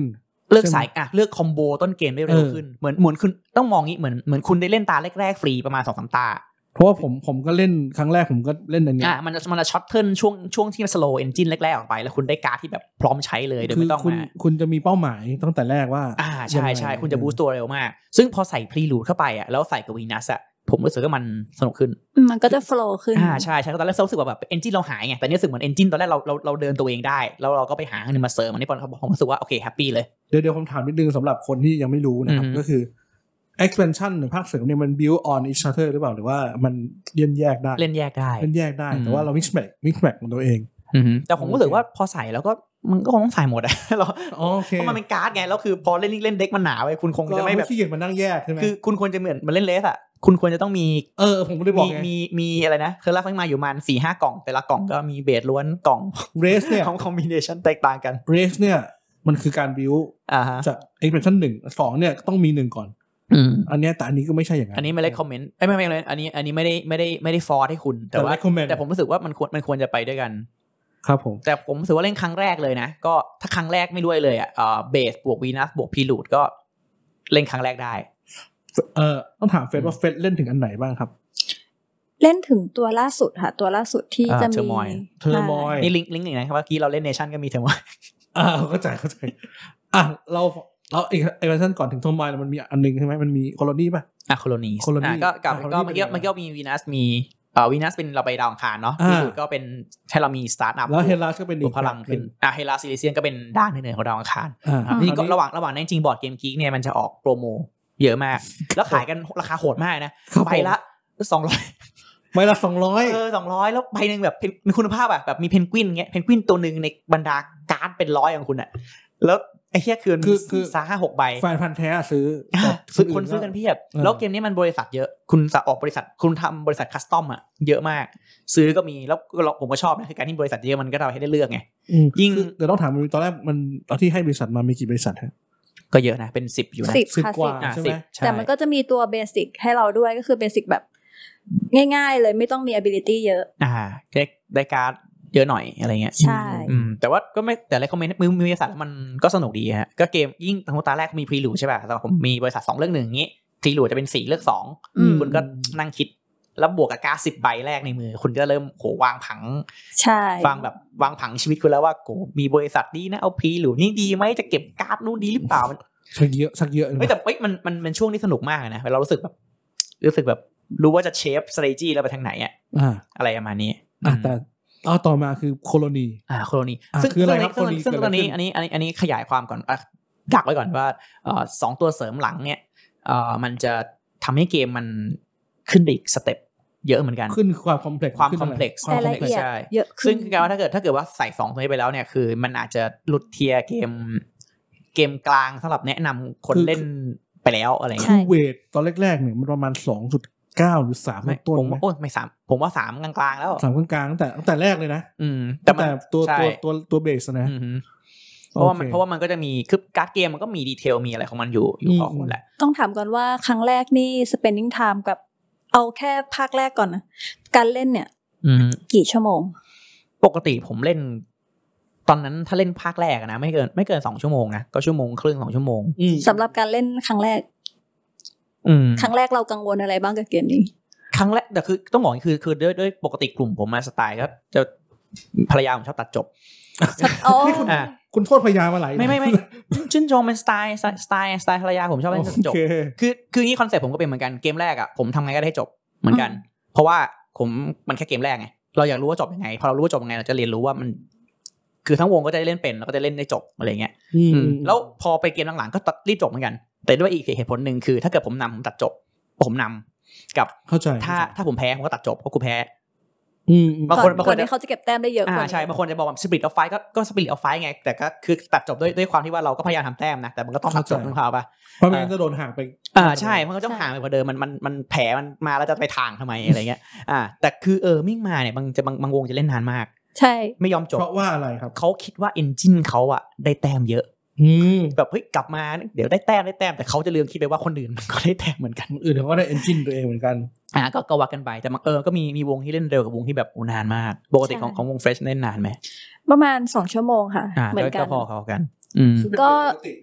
เลือกสายอ่ะเลือกคอมโบต้นเกมได้เร็วขึ้นเหมือนเหมือนคุณต้องมองงี้เหมือนเหมือนคุณได้เล่นตาแรกๆฟรีประมาณ สองถึงสาม ตาเพราะว่าผมผมก็เล่นครั้งแรกผมก็เล่นอันนี้อ่ะมันมันจะช็อตเทิร์นช่วงช่วงที่มันสโลว์เอนจินแรกๆออกไปแล้วคุณได้การ์ดที่แบบพร้อมใช้เลยโดยไม่ต้องคุณคุณจะมีเป้าหมายตั้งแต่แรกว่าอ่าใช่ใช่คุณจะบูสต์ตัวเร็วมากซึ่งพอใส่พรีลูดเข้าไปอ่ะแล้วใส่กับวีนัสอ่ะผมรู้สึกว่ามันสนุกขึ้นมันก็จะโฟลว์ขึ้นอ่าใช่ใช่ตอนแรกรู้สึกว่าแบบเอนจินเราหายไงแต่นี่รู้สึกเหมือนเอนจินตอนแรกเราเราเราเดินตัวเองได้แล้วเราก็ไปหาอันนึงมาเสริมอันนี้ผมรู้สึกว่าโอเคแฮปปี้เลยเดี๋ยวเดี๋ยวผมถามนิดนึงสำหรับคนที่ยังไม่รู้นะครับก็คือ expansion หรือภาคเสริมเนี่ยมัน build on each other หรือเปล่าหรือว่ามันเล่นแยกได้เล่นแยกได้เล่นแยกได้แต่ว่าเรา mix match mix match ของตัวเองแต่ผมรู้สึกว่าพอใส่แล้วก็มันก็คงต้องใส่หมดอะเราเพราะมันเป็นการ์ดไงแล้วคือพอเล่นเล่นเด็กมันหนาไปคุณคงจะไม่แบบขี้เกียจมานั่งแยกใช่ไหมคือคุณควรจะเหมือนมันเล่นเลสอะคุณควรจะต้องมีเออผมก็ได้บอกไงมีมีอะไรนะเคยรับฟังมาอยู่มัน สี่ห้า กล่องแต่ละกล่องก็มีเบสล้วนกล่องเรสเนี่ยของคอมบิเนชันแตกต่างกันเรสเนี่ยมันคือการบิวจาก expansion หนึ่ง สองเนี่ยต้องมีหนึ่งก่อนอันนี้แต่อันนี้ก็ไม่ใช่อย่างนั้นอันนี้ไม่ได้คอมเมนต์ไม่ไม่เลยอันนี้อันนี้ไม่ได้ไม่ได้ไม่ได้ฟอร์ให้คุณแต่ว่าแต่ผมรู้สึกว่ามันควรมันควรจะไปด้วยกันครับผมแต่ผมรู้สึกว่าเล่นครั้งแรกเลยนะก็ถ้าครั้งแรกไม่รู้เลยอ่ะเบสบวกวีนัสบวกพีลูดก็เล่นครั้งแรกได้เออต้องถามเฟสว่าเฟสเล่นถึงอันไหนบ้างครับเล่นถึงตัวล่าสุดค่ะตัวล่าสุดที่จะมีเทอร์มอยเทอร์มอยนี่ลิงก์ลิงก์หนึ่งนะครับเมื่อกี้เราเล่นเนชั่นก็มีเทอร์มอยอ่าเข้าใจเข้าใจอ่ะเราเราอีกไอ้เวอร์ชันก่อนถึงโทมายมันมีอันนึงใช่ไหมมันมีโคโลนีป่ะอ่ะโคโลนีอ่ะก็กับก็เมื่อกี้เมื่อกี้มีวีนัสมีเอ่อวีนัสเป็นเราไปดาวอังคารเนาะพีลูดก็เป็นให้เรามีสตาร์ทอัพแล้วเฮลัสก็เป็นตัวพลังขึ้นอ่ะเฮลัสซิลิเซียนก็เป็นด้านหนึ่งของดาวอังคารนี่ก็ระหว่างระหว่างนั้นจริงบอร์ดเกมกิ๊กเนี่ยมันจะออกโปรโมเยอะมากแล้วขายกันราคาโหดมากนะใบละสองร้อยใบละสองร้อยเออสองร้อยแล้วใบนึงแบบมีคุณภาพอ่ะแบบมีเพนกวินเงี้ยเพนกวินตัวนึงในบรรดาการ์ดเป็นร้อยของคุณอ่ะแล้วไอ้เหี้ยคือคือสาม ห้า หกใบแฟนพันธุ์แท้ซื้อซื้อคนซื้อกันเพียบแล้วเกมนี้มันบริษัทเยอะคุณจะออกบริษัทคุณทำบริษัทคัสตอมอ่ะเยอะมากซื้อก็มีแล้วผมก็ชอบนะคือการที่บริษัทเยอะมันก็ทำให้ได้เลือกไงยิ่งเดี๋ยวต้องถามตอนแรกมันตอนที่ให้บริษัทมามีกี่บริษัทฮะก็เยอะนะเป็นสิบอยู่นะสิบกว่าใช่ไหมแต่มันก็จะมีตัวเบสิกให้เราด้วยก็คือเบสิกแบบง่ายๆเลยไม่ต้องมี ability เยอะอ่าได้การ์ดเยอะหน่อยอะไรเงี้ยใช่แต่ว่าก็ไม่แต่ละคอมเมนต์มือมีบริษัทมันก็สนุกดีฮะก็เกมยิ่งทั้งตาแรกมีพรีลูดใช่ป่ะแต่ผมมีบริษัทสองเลือกหนึ่งงี้พรีลูดจะเป็นสี่เลือกสองคุณก็นั่งคิดแล้วบวกกับการ์ดสิบใบแรกในมือคุณก็เริ่มโหวางผังใช่ฟังแบบวางผังชีวิตคุณแล้วว่าโหมีบริษัทนี้นะเอาพรีลูดนี่ดีไหมจะเก็บการ์ดนู้นดีหรือเปล่ามันสักเยอะสักเยอะไม่แต่เอ้ยมันมันเป็นช่วงที่สนุกมากนะเรารู้สึกแบบรู้สึกแบบรู้ว่าจะเชฟ strategy แล้วไปทางไหนอ่ะอะไรประมาณนี้แต่อ๋อต่อมาคือโคโลนีอ่าโคโลนีซึ่งคืออะไรครับโคโลนีซึ่งตอนนี้อันนี้อันนี้อันนี้ขยายความก่อนอ่ะดักไว้ก่อนว่าเอ่อสองตัวเสริมหลังเนี่ยเอ่อมันจะทำให้เกมมันขึ้นอีกสเต็ปเยอะเหมือนกันขึ้นความคอมเพล็กซ์ความคอมเพล็กซ์รายละเอียดเยอะขึ้นซึ่งคือการว่าถ้าเกิดถ้าเกิดว่าใส่สองตัวนี้ไปแล้วเนี่ยคือมันอาจจะหลุดเทียร์เกมเกมกลางสำหรับแนะนำคนเล่นไปแล้วอะไรเงี้ยคือเวทตอนแรกๆเนี่ยมันประมาณสองจุดเก้าหรือสามต้นผมว่าโอ้ไม่สามผมว่าสามกลางๆแล้วสามกลางๆตั้งแต่ตั้งแต่แรกเลยนะอืมแต่ตัวตัวตัวตัวเบสนะเพราะว่ามันเพราะว่ามันก็จะมีคือการ์ดเกมมันก็มีดีเทลมีอะไรของมันอยู่อยู่พอคนแหละต้องถามก่อนว่าครั้งแรกนี่ spending time กับเอาแค่ภาคแรกก่อนนะการเล่นเนี่ยกี่ชั่วโมงปกติผมเล่นตอนนั้นถ้าเล่นภาคแรกนะไม่เกินไม่เกินสองชั่วโมงนะก็ชั่วโมงครึ่งสองชั่วโมงสำหรับการเล่นครั้งแรกครั้งแรกเรากังวลอะไรบ้างกับเกมนี้ครั้งแรกแต่คือต้องบอกคือคือด้วยด้วยปกติกลุ่มผมมาสไตล์ก็จะภรรยาผมชอบตัดจบคุณคุณโทษภรรยามาหลายไม่ไม่ไม่ชื่นชมเป็นสไตล์สไตล์สไตล์ภรรยาผมชอบเล่นตัดจบคือคือนี้คอนเซ็ปต์ผมก็เป็นเหมือนกันเกมแรกอ่ะผมทำไงก็ได้ให้จบเหมือนกันเพราะว่าผมมันแค่เกมแรกไงเราอยากรู้ว่าจบยังไงพอเรารู้ว่าจบยังไงเราจะเรียนรู้ว่ามันคือทั้งวงก็จะได้เล่นเป็นแล้วก็จะเล่นได้จบอะไรเงี้ยแล้วพอไปเกมหลังๆก็รีบจบเหมือนกันแต่ด้วยอีกเหตุผลหนึ่งคือถ้าเกิดผมนำผมตัดจบผมนำกับเข้าใจถ้าถ้าผมแพ้ผมก็ตัดจบเพราะกูแพ้บางคนบางคนเขาจะเก็บแต้มได้เยอะกว่าใช่บางคนจะบอกว่าสปิริตออฟไฟท์ก็ก็สปิริตออฟไฟท์ไงแต่ก็คือตัดจบด้วยด้วยความที่ว่าเราก็พยายามทำแต้มนะแต่มันก็ต้องตัดจบของเขาป่ะเพราะมันจะโดนห่างไปอ่าใช่มันก็ต้องห่างไปกว่าเดิมมันมันมันแผลมันมาแล้วจะไปทางทำไมอะไรเงี้ยอ่าแต่คือเออมิ่งมาเนี่ยบางจะบางบางวงจะเล่นนานมากใช่ไม่ยอมจบเพราะว่าอะไรครับเขาคิดว่าเอนจินเขาอะได้แต้มเยอะแบบเฮ้ยกลับมาเดี๋ยวได้แต้มได้แต้มแต่เขาจะลืมคิดไปว่าคนอื่นก็ได้แต้มเหมือนกันอื่นเขาก็ได้เอนจินตัวเองเหมือนกันอ่าก็ก็วัดกันไปแต่บางเออก็มีมีวงที่เล่นเร็วกับวงที่แบบนานมากปกติของของวงเฟรชเล่นนานไหมประมาณสองชั่วโมงค่ะเหมือนกันก็พอเขากันก็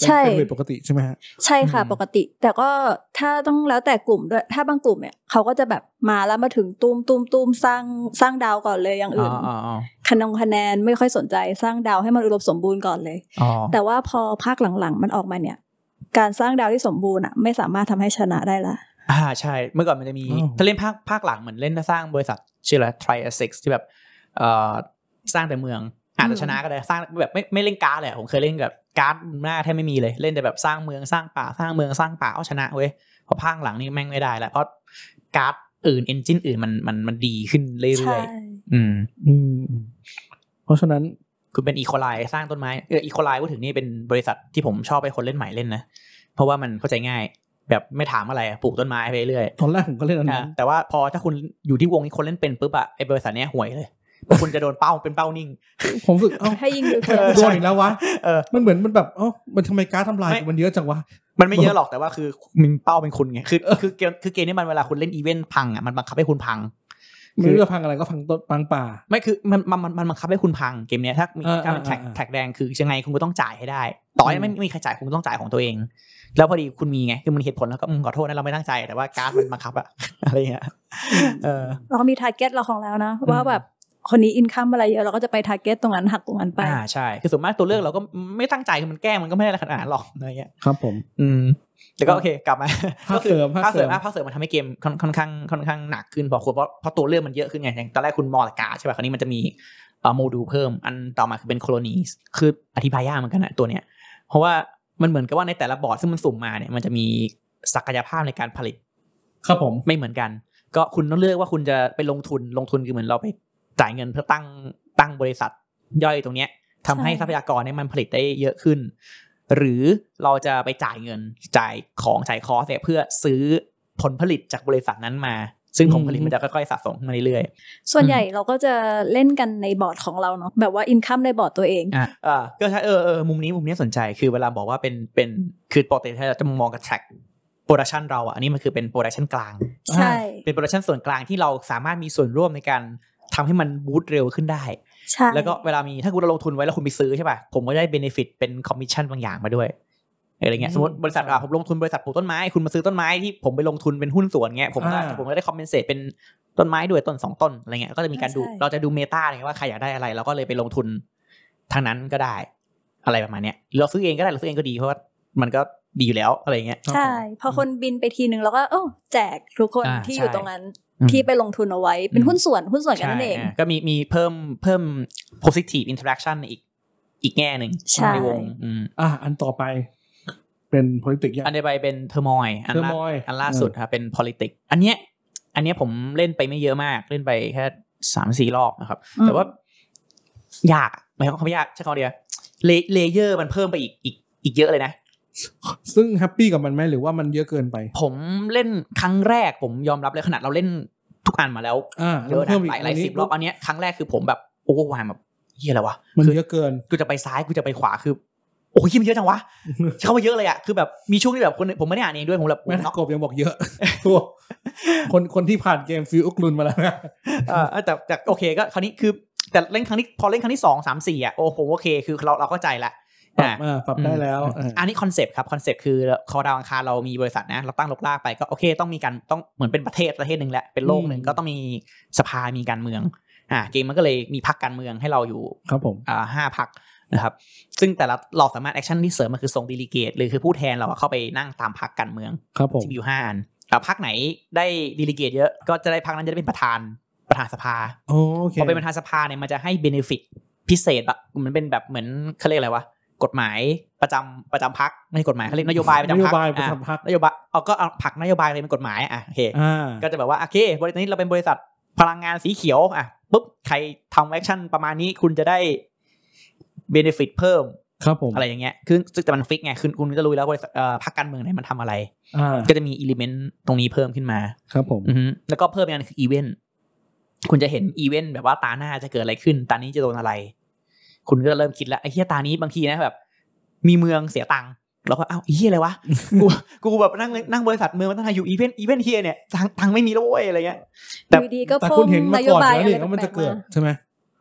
เป็นเรทปกติใช่ไหมฮะใช่ค่ะปกติแต่ก็ถ้าต้องแล้วแต่กลุ่มด้วยถ้าบางกลุ่มเนี่ยเขาก็จะแบบมาแล้วมาถึงตุ้มตุ้มตุ้มสร้างสร้างดาวก่อนเลยอย่างอื่นคะแนนคะแนนไม่ค่อยสนใจสร้างดาวให้มันอุดมสมบูรณ์ก่อนเลยแต่ว่าพอภาคหลังๆมันออกมาเนี่ยการสร้างดาวที่สมบูรณ์อ่ะไม่สามารถทำให้ชนะได้ละอ่าใช่เมื่อก่อนมันจะมีถ้าเล่นภาคภาคหลังเหมือนเล่นสร้างบริษัทชื่ออะไร Triassic ที่แบบเอ่อสร้างแต่เมืองอาจจะชนะก็ได้สร้างแบบไม่ไม่เล่นการ์ดเลยผมเคยเล่นแบบการ์ดหน้าแทบไม่มีเลยเล่นแต่แบบสร้างเมืองสร้างป่าสร้างเมืองสร้างป่าเอาชนะเว้ยพอภาคหลังนี่แม่งไม่ได้แล้วเพราะการ์ดอื่นเอนจินอื่นมันมันมันดีขึ้นเรื่อยๆอืมอืมเพราะฉะนั้นคุณเป็นอีโคไลสร้างต้นไม้เอออีโคไลพูดถึงนี่เป็นบริษัทที่ผมชอบให้คนเล่นใหม่เล่นนะเพราะว่ามันเข้าใจง่ายแบบไม่ถามอะไรปลูกต้นไม้ไปเรื่อยตอนแรกผมก็เล่นอันนั้นแต่ว่าพอถ้าคุณอยู่ที่วงนี้คนเล่นเป็นปุ๊บอะไอ้บริษัทเนี้ยห่วยเลยคุณจะโดนเป้าเป็นเป้านิ่งผมรู้สึกเอ้าให้ยิงดูโดนอีกแล้ววะมันเหมือนมันแบบเอ้ามันทำไมการ์ดทำลายมันเยอะจังวะมันไม่เยอะหรอกแต่ว่าคือมีเป้าเป็นคุณไงคือคือเกมคือเกมนี้มันเวลาคุณเล่นอีเวนต์พังอะมันบังคับให้คุณพังไม่รู้จะพังอะไรก็พังต้นพังป่าไม่คือมันมันมันบังคับให้คุณพังเกมนี้ถ้ามีการแท็กแท็กแดงคือยังไงคุณก็ต้องจ่ายให้ได้ต่อให้ไม่มีใครจ่ายคุณก็ต้องจ่ายของตัวเองแล้วพอดีคุณมีไงคือมันเหตุผลแล้วก็ขอโทษนะเราไม่ตั้งใจแต่ว่าการ์ดมันบังคับอะอะไรเงี้ยเออเรามีทาร์เก็ตเราของแล้วนะว่าแบบคนนี้อินคัมอะไรเยอะเราก็จะไปทาร์เก็ตตรงนั้นหักตรงนั้นไปอ่าใช่คือส่วนมากตัวเลือกเราก็ไม่ตั้งใจคือมันแกล้งมันก็ไม่ได้ขนาดนั้นหรอกอะไรเงี้ยครับผมอืมแต่ก็โอเคกลับมาภาคเสริมภาคเสริมภาคเสริมมันทำให้เกมค่อนข้างค่อนข้างหนักขึ้นเพราะเพราะเพราะตัวเลือกมันเยอะขึ้นไงอย่างตอนแรกคุณมอลกาใช่ป่ะคราวนี้มันจะมีเอ่อโมดูลเพิ่มอันต่อมาคือเป็นโคโลนีคืออธิบายยากเหมือนกันนะตัวเนี้ยเพราะว่ามันเหมือนกับว่าในแต่ละบอร์ดซึ่งมันสุ่มมาเนี่ยมันจะมีศักยภาพในการผลิตครับผมไม่เหมือนกันก็คุณต้องเลือกว่าคุณจะไปลงทุนลงทุนคือเหมือนเราไปจ่ายเงินเพื่อตั้งตั้งบริษัทย่อยตรงเนี้ยทำให้ทรัพยากรเนี่ยมันผลิตได้เยอะขึ้นหรือเราจะไปจ่ายเงินจ่ายของจ่ายคอสเนี่ยเพื่อซื้อผลผลิตจากบริษัทนั้นมาซึ่งผลผลิตมันจะค่อยๆสะสมมาเรื่อยๆส่วนใหญ่เราก็จะเล่นกันในบอร์ดของเราเนาะแบบว่าอินคัมในบอร์ดตัวเองอ่าอ่าก็ใช่เออเออมุมนี้มุมนี้สนใจคือเวลาบอกว่าเป็นเป็นคือปกติถ้าเราจะมองกับแทร็กโปรดักชันเราอ่ะอันนี้มันคือเป็นโปรดักชันกลางใช่เป็นโปรดักชันส่วนกลางที่เราสามารถมีส่วนร่วมในการทำให้มันบูตเร็วขึ้นได้แล้วก็เวลามีถ้าคุณลงทุนไว้แล้วคุณไปซื้อใช่ป่ะผมก็ได้เบเนฟิตเป็นคอมมิชชั่นบางอย่างมาด้วยอะไรเงี้ยสมมติบริษัทอ่ะผมลงทุนบริษัทปลูกต้นไม้คุณมาซื้อต้นไม้ที่ผมไปลงทุนเป็นหุ้นส่วนเงี้ยผมก็ผมก็ได้คอมเพนเซตเป็นต้นไม้ด้วยต้นสองต้นอะไรเงี้ยก็จะมีการดูเราจะดูเมตาไงว่าใครอยากได้อะไรเราก็เลยไปลงทุนทางนั้นก็ได้อะไรประมาณเนี้ยเราซื้อเองก็ได้เราซื้อเองก็ดีเพราะว่ามันก็ดีอยู่แล้วอะไรเงี้ยใช่พอคนบินไปทีนึงแล้วก็โอ้แจกทุกคนที่อยู่ตรงนั้นที่ไปลงทุนเอาไว้เป็นหุ้นส่วนหุ้นส่วนกันนั่นเองก็มีมีเพิ่มเพิ่ม positive interaction อีกอีกแง่นึงในวงอ่ะอันต่อไปเป็น politics อันต่อไปเป็น turmoil อันล่าอันล่าสุดครับเป็น politics อันเนี้ยอันเนี้ยผมเล่นไปไม่เยอะมากเล่นไปแค่ สามถึงสี่ รอบนะครับแต่ว่ายากหมายความว่าไม่ยากใช่คำเดียวเลเยอร์มันเพิ่มไปอีกอีกอีกเยอะเลยนะซึ่งแฮปปี้กับมันไหมหรือว่ามันเยอะเกินไปผมเล่นครั้งแรกผมยอมรับเลยขนาดเราเล่นทุกอันมาแล้วเยอะนะหลายหลายสิบรอบอันเนี้ยครั้งแรกคือผมแบบโอ้โหวายแบบเฮียอะไรวะมันเยอะเกินกูจะไปซ้ายกูจะไปขวาคือโอ้ยมันเยอะจังวะเข้ามาเยอะเลยอ่ะคือแบบมีช่วงที่แบบคนผมไม่ได้อ่านเองด้วยผมแบบแม่กบยังบอกเยอะคนคนที่ผ่านเกมฟิวอุกลุนมาแล้วนะเออแต่แต่โอเคก็คราวนี้คือแต่เล่นครั้งนี้พอเล่นครั้งที่สอง สาม สี่อ่ะโอ้โหโอเคคือเราเราเข้าใจละอ่าปรับได้แล้วอันนี้คอนเซปต์ครับคอนเซปต์คือคอดาวอังคารเรามีบริษัทนะเราตั้งลกลากไปก็โอเคต้องมีการต้องเหมือนเป็นประเทศประเทศนึงแหละเป็นโลกนึงก็ต้องมีสภามีการเมืองอ่าเกมมันก็เลยมีพรรคการเมืองให้เราอยู่ครับผมอ่าห้าพรรคนะครับซึ่งแต่ละเราสามารถแอคชั่นที่เสริมมันคือส่งดีลิเกตหรือคือผู้แทนเราเข้าไปนั่งตามพรรคการเมืองที่มีอยู่ห้าอันพรรคไหนได้ดีลิเกตเยอะก็จะได้พรรคนั้นจะได้เป็นประธานประธานสภาโอเคพอเป็นประธานสภาเนี่ยมันจะให้เบเนฟิตพิเศษแบบมันเป็นแบบเหมือนเขาเรียกอะไรวะกฎหมายประจำประจำพรรคไม่ใช่กฎหมายเขาเรียกนโยบายประจำพรรคนโยบายประจำพรรคนโยบายเอาก็เอาผลักนโยบายอะไรเป็นกฎหมายอ่ะโอเคก็จะแบบว่าโอเคบริษัทนี้เราเป็นบริษัทพลังงานสีเขียวอ่ะปุ๊บใครทำแอคชั่นประมาณนี้คุณจะได้เบเนฟิตเพิ่มครับผมอะไรอย่างเงี้ยคือแต่มันฟิกไงคือคุณจะรู้แล้วบริษัทพรรคการเมืองไหนมันทำอะไรก็จะมีอิเลเมนต์ตรงนี้เพิ่มขึ้นมาครับผมแล้วก็เพิ่มอีกอันคืออีเวนต์คุณจะเห็นอีเวนต์แบบว่าตาหน้าจะเกิดอะไรขึ้นตานี้จะโดนอะไรคุณก็เริ่มคิดแล้วไอ้เหี้ยตานี้บางทีนะแบบมีเมืองเสียตังค์แล้วก็อ้าวอีเหี้ยอะไรวะกูกูแบบนั่งนั่งบริษัทเมืองมันต้องอยู่อีเวนต์อีเวนต์เหี้ยเนี่ยตังค์ไม่มีแล้วเว้ยอะไรเงี้ยแต่แต่คุณเห็นมาก่อนแล้วนี่ก็มันจะเกิดใช่ไหม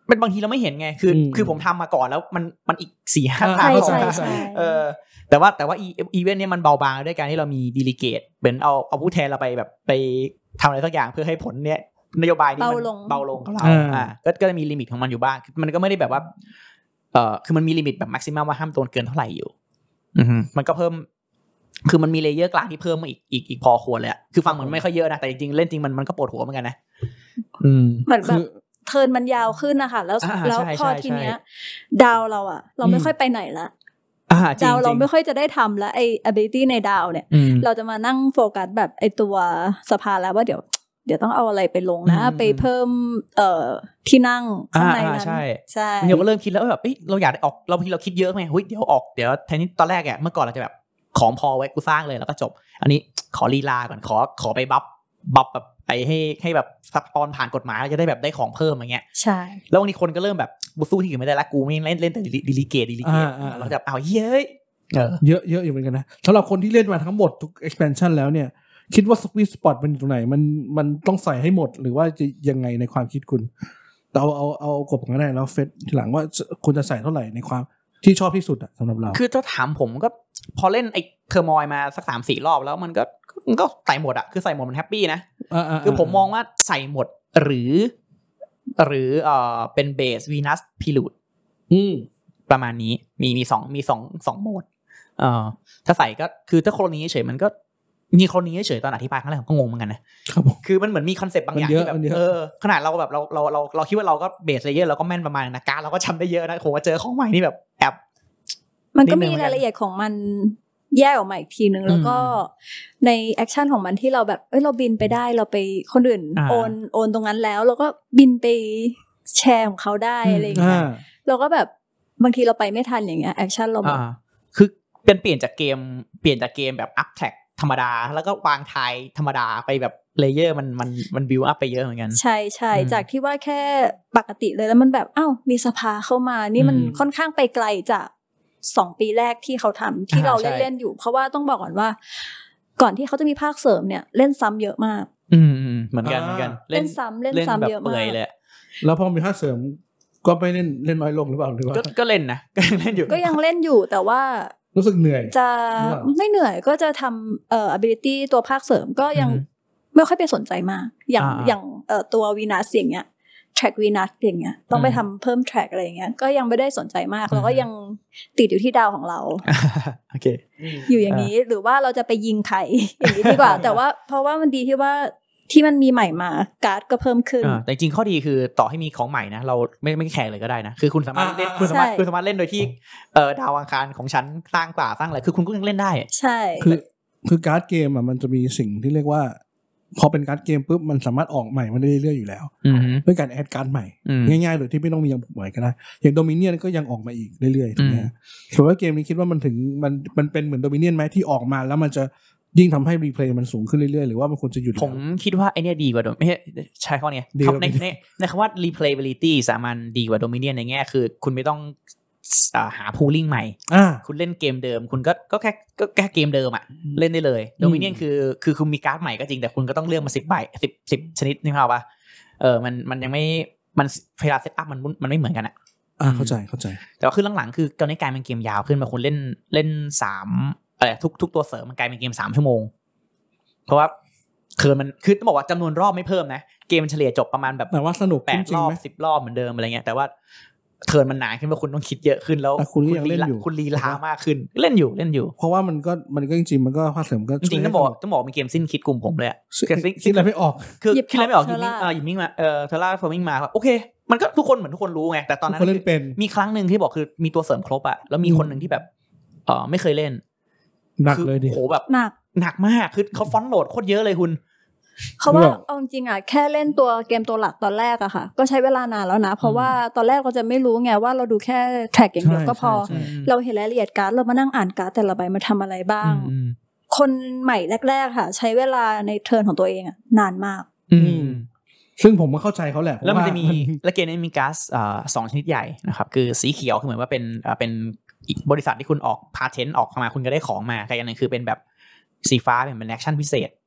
เป็นบางทีเราไม่เห็นไงคือคือผมทำมาก่อนแล้วมันมันอีก สี่ห้า ทางใช่ใช่เออแต่ว่าแต่ว่าอีเวนต์เนี้ยมันเบาบางด้วยการที่เรามีดีลิเกตเหมือนเอาเอาผู้แทนเราไปแบบไปทำอะไรสักอย่างเพื่อให้ผลเนี้ยนโยบายนี้มันเบาลงกับเราอ่าก็ก็จะมีลิมิตของมันอยู่บ้างมันก็ไม่ได้แบบว่าเอ่อคือมันมีลิมิตแบบแม็กซิมัมว่าห้ามโดนเกินเท่าไหร่อยู่อือฮึมันก็เพิ่มคือมันมีเลเยอร์กลางที่เพิ่มมาอีกอีกอีกพอควรเลยอ่ะคือฟังเหมือนไม่ค่อยเยอะนะแต่จริงๆเล่นจริงมันมันก็ปวดหัวเหมือนกันนะอืมเหมือนแบบเทิร์นมันยาวขึ้นนะคะแล้วแล้วพอทีเนี้ยดาวเราอ่ะเราไม่ค่อยไปไหนละดาวเราไม่ค่อยจะได้ทำแล้วไอ้ ability ในดาวเนี่ยเราจะมานั่งโฟกัสแบบไอ้ตัวสภาแล้วว่าเดี๋ยวเดี๋ยวต้องเอาอะไรไปลงนะไปเพิ่มเอ่อที่นั่งข้างในนั้นใช่ใช่เดี๋ยวก็เริ่มคิดแล้วแบบเอ้ยเราอยากออกเราบางทีเราคิดเยอะไงเฮ้ยเดี๋ยวออกเดี๋ยวแทนที่ตอนแรกอ่ะเมื่อก่อนเราจะแบบของพอไว้กูสร้างเลยแล้วก็จบอันนี้ขอลีลาก่อนขอขอไปบัฟบัฟแบบไปให้ให้แบบซับตอนผ่านกฎหมายเราจะได้แบบได้ของเพิ่มอย่างเงี้ยใช่แล้วบางทีคนก็เริ่มแบบบูสู้ที่อื่นไม่ได้ละกูไม่เล่นเล่นแต่ดิลิเกตดิลิเกตเราจะเอาเย้ยเยอะเยอะอยู่เหมือนกันนะสำหรับคนที่เล่นมาทั้งหมดทุก expansion แล้วเนี่ยคิดว่า sweet spot มันอยู่ตรงไหนมันมันต้องใส่ให้หมดหรือว่าจะยังไงในความคิดคุณแต่เอาเอาเอากบกันได้แล้วเฟซทีหลังว่าคุณจะใส่เท่าไหร่ในความที่ชอบที่สุดอะสำหรับเราคือถ้าถามผมก็พอเล่นไอ้เทอร์มอยมาสัก สามสี่ รอบแล้วมันก็มันก็ใส่หมดอะคือใส่หมดมันแฮปปี้นะคือผมมองว่าใส่หมดหรือหรือเอ่อเป็นเบสวีนัสพิลูดอืมประมาณนี้มีมีสองมีสอง สองโหมดเอ่อถ้าใส่ก็คือถ้าโคลนี้เฉยมันก็มีโคลนี้เฉยตอนอธิบายครั้งแรกผมก็งงเหมือนกันนะครับคือมันเหมือนมีคอนเซ็ปต์บางอย่างที่แบบเออขนาดเราแบบเราเราเราเราคิดว่าเราก็เบสเลเยอร์เราก็แม่นประมาณนะการเราก็จำได้เยอะนะโหเจอของใหม่นี่แบบแอบมันก็มีรายละเอียดของมันแยกออกมาอีกทีนึงแล้วก็ในแอคชั่นของมันที่เราแบบเอ้ยเราบินไปได้เราไปคนอื่นโอนโอนตรงนั้นแล้วเราก็บินไปแชร์ของเขาได้อะไรอย่างเงี้ยเราก็แบบบางทีเราไปไม่ทันอย่างเงี้ยแอคชั่นเราแบบคือเป็นเปลี่ยนจากเกมเปลี่ยนจากเกมแบบอัพแทร็กธรรมดาแล้วก็วางทายธรรมดาไปแบบเลเยอร์มันมันมันบิวอัพไปเยอะเหมือนกันใช่ใช่จากที่ว่าแค่ปกติเลยแล้วมันแบบอ้าวมีสภาเข้ามานี่มันค่อนข้างไปไกลจากสองปีแรกที่เขาทำที่เราเล่นเล่นอยู่เพราะว่าต้องบอกก่อนว่าก่อนที่เขาจะมีภาคเสริมเนี่ยเล่นซ้ำเยอะมากอืมเหมือนกันเหมือนกันเล่นซ้ำเล่นซ้ำเยอะมากแล้วพอมีภาคเสริมก็ไปเล่นเล่นน้อยลงหรือเปล่าหรือว่าก็เล่นนะก็ยังเล่นอยู่ก็ยังเล่นอยู่แต่ว่ารู้สึกเหนื่อยจะไม่เหนื่อยก็จะทำเอ่อ ability ตัวภาคเสริมก็ยังไม่ค่อยไปสนใจมากอย่างอย่างเอ่อตัววีนัสอย่างเงี้ยtrack Venus อย่างเงี้ยต้องไปทำเพิ่ม track อะไรอย่างเงี้ยก็ยังไม่ได้สนใจมากเราก็ยังติดอยู่ที่ดาวของเราโอเคอยู่อย่างนี้หรือว่าเราจะไปยิงใครอย่างนี้ดีกว่าแต่ว่าเพราะว่ามันดีที่ว่าที่มันมีใหม่มาการ์ดก็เพิ่มขึ้นแต่จริงข้อดีคือต่อให้มีของใหม่นะเราไม่ไม่แคร์เลยก็ได้นะคือคุณสามารถเล่นคุณสามารถคุณสามารถเล่นโดยที่เอ่อดาวอังคารของฉันสร้างป่าสร้างอะไรคือคุณก็ยังเล่นได้ใช่คือคือการ์ดเกมอ่ะมันจะมีสิ่งที่เรียกว่าพอเป็นการ์ดเกมปุ๊บมันสามารถออกใหม่มาได้เรื่อยๆอยู่แล้วด้วยการแอดการ์ดใหม่ง่ายๆโดยที่ไม่ต้องมีอย่างใหม่ก็ได้อย่างโดมิเนียนก็ยังออกมาอีกเรื่อยๆถูกไหมส่วนว่าเกมนี้คิดว่ามันถึงมันมันเป็นเหมือนโดมิเนียนไหมที่ออกมาแล้วมันจะยิ่งทำให้รีเพลย์มันสูงขึ้นเรื่อยๆหรือว่ามันควรจะหยุดผมคิดว่าไอเนี้ยดีกว่าไม่ใช่ใช่ข้อนี้ในในในคำว่า replayability สามันดีกว่าโดมิเนียนในแง่คือคุณไม่ต้องหา pooling ใหม่คุณเล่นเกมเดิมคุณก็ก็แค่ก็แค่เกมเดิมอ่ะเล่นได้เลยโดมิเนียนคือคือคุณมีการ์ดใหม่ก็จริงแต่คุณก็ต้องเลือกมาสิบใบสิบ สิบชนิดนึกภาพป่ะเออมันมันยังไม่มันเวลาเซตอัพมันมันไม่เหมือนกันอ่ะอ่าเข้าใจเข้าใจแต่ว่าคือหลังๆคือตอนนี้กลายเป็นเกมยาวขึ้นมาคุณเล่นเล่นสามอะไรทุกทุกตัวเสริมมันกลายเป็นเกมสามชั่วโมงเพราะว่าคือมันคือต้องบอกว่าจำนวนรอบไม่เพิ่มนะเกมมันเฉลี่ยจบประมาณแบบแต่ว่าสนุกแปดรอบสิบรอบเหมือนเดิมอะไรเงี้ยแต่ว่าเทิร์นมันหนาขึ้นมาคุณต้องคิดเยอะขึ้นแล้วคุณยังเล่นอยู่คุณลีลามากขึ้นเล่นอยู่เล่นอยู่เพราะว่ามันก็มันก็จริงๆมันก็ภาคเสริมก็จริงๆต้องบอกต้องบอกมีเกมสิ้นคิดกลุ่มผมเลยคิดอะไรไม่ออกคือคิดอะไรไม่ออกยิมมิ่งอ่ายิมมิ่งมาเอ่อเทล่าฟอร์มิ่งมาโอเคมันก็ทุกคนเหมือนทุกคนรู้ไงแต่ตอนนั้นมีครั้งนึงที่บอกคือมีตัวเสริมครบอ่ะแล้วมีคนนึงที่แบบเอ่อไม่เคยเล่นหนักเลยดิโหแบบหนักหนักมากคือเขาฟอนต์โหลดโคตรเยอะเลยคุณเขาว่าเอาจริงอ่ะแค่เล่นตัวเกมตัวหลักตอนแรกอะค่ะก็ใช้เวลานานแล้วนะเพราะว่าตอนแรกเราจะไม่รู้ไงว่าเราดูแค่แทร็กอย่างเดียวก็พอเราเห็นรายละเอียดการ์ดเรามานั่งอ่านการ์ดแต่ละใบมาทำอะไรบ้างคนใหม่แรกๆค่ะใช้เวลาในเทิร์นของตัวเองอะนานมากซึ่งผมก็เข้าใจเขาแหละแล้วมันจะมีและเกมนี้มีการ์ดสองชนิดใหญ่นะครับคือสีเขียวคือเหมือนว่าเป็นเป็นอีกบริษัทที่คุณออกพาเทนต์ออกมาคุณก็ได้ของมาแต่อย่างนึงคือเป็นแบบสีฟ้าเป็นแอคชั่นพิเศษ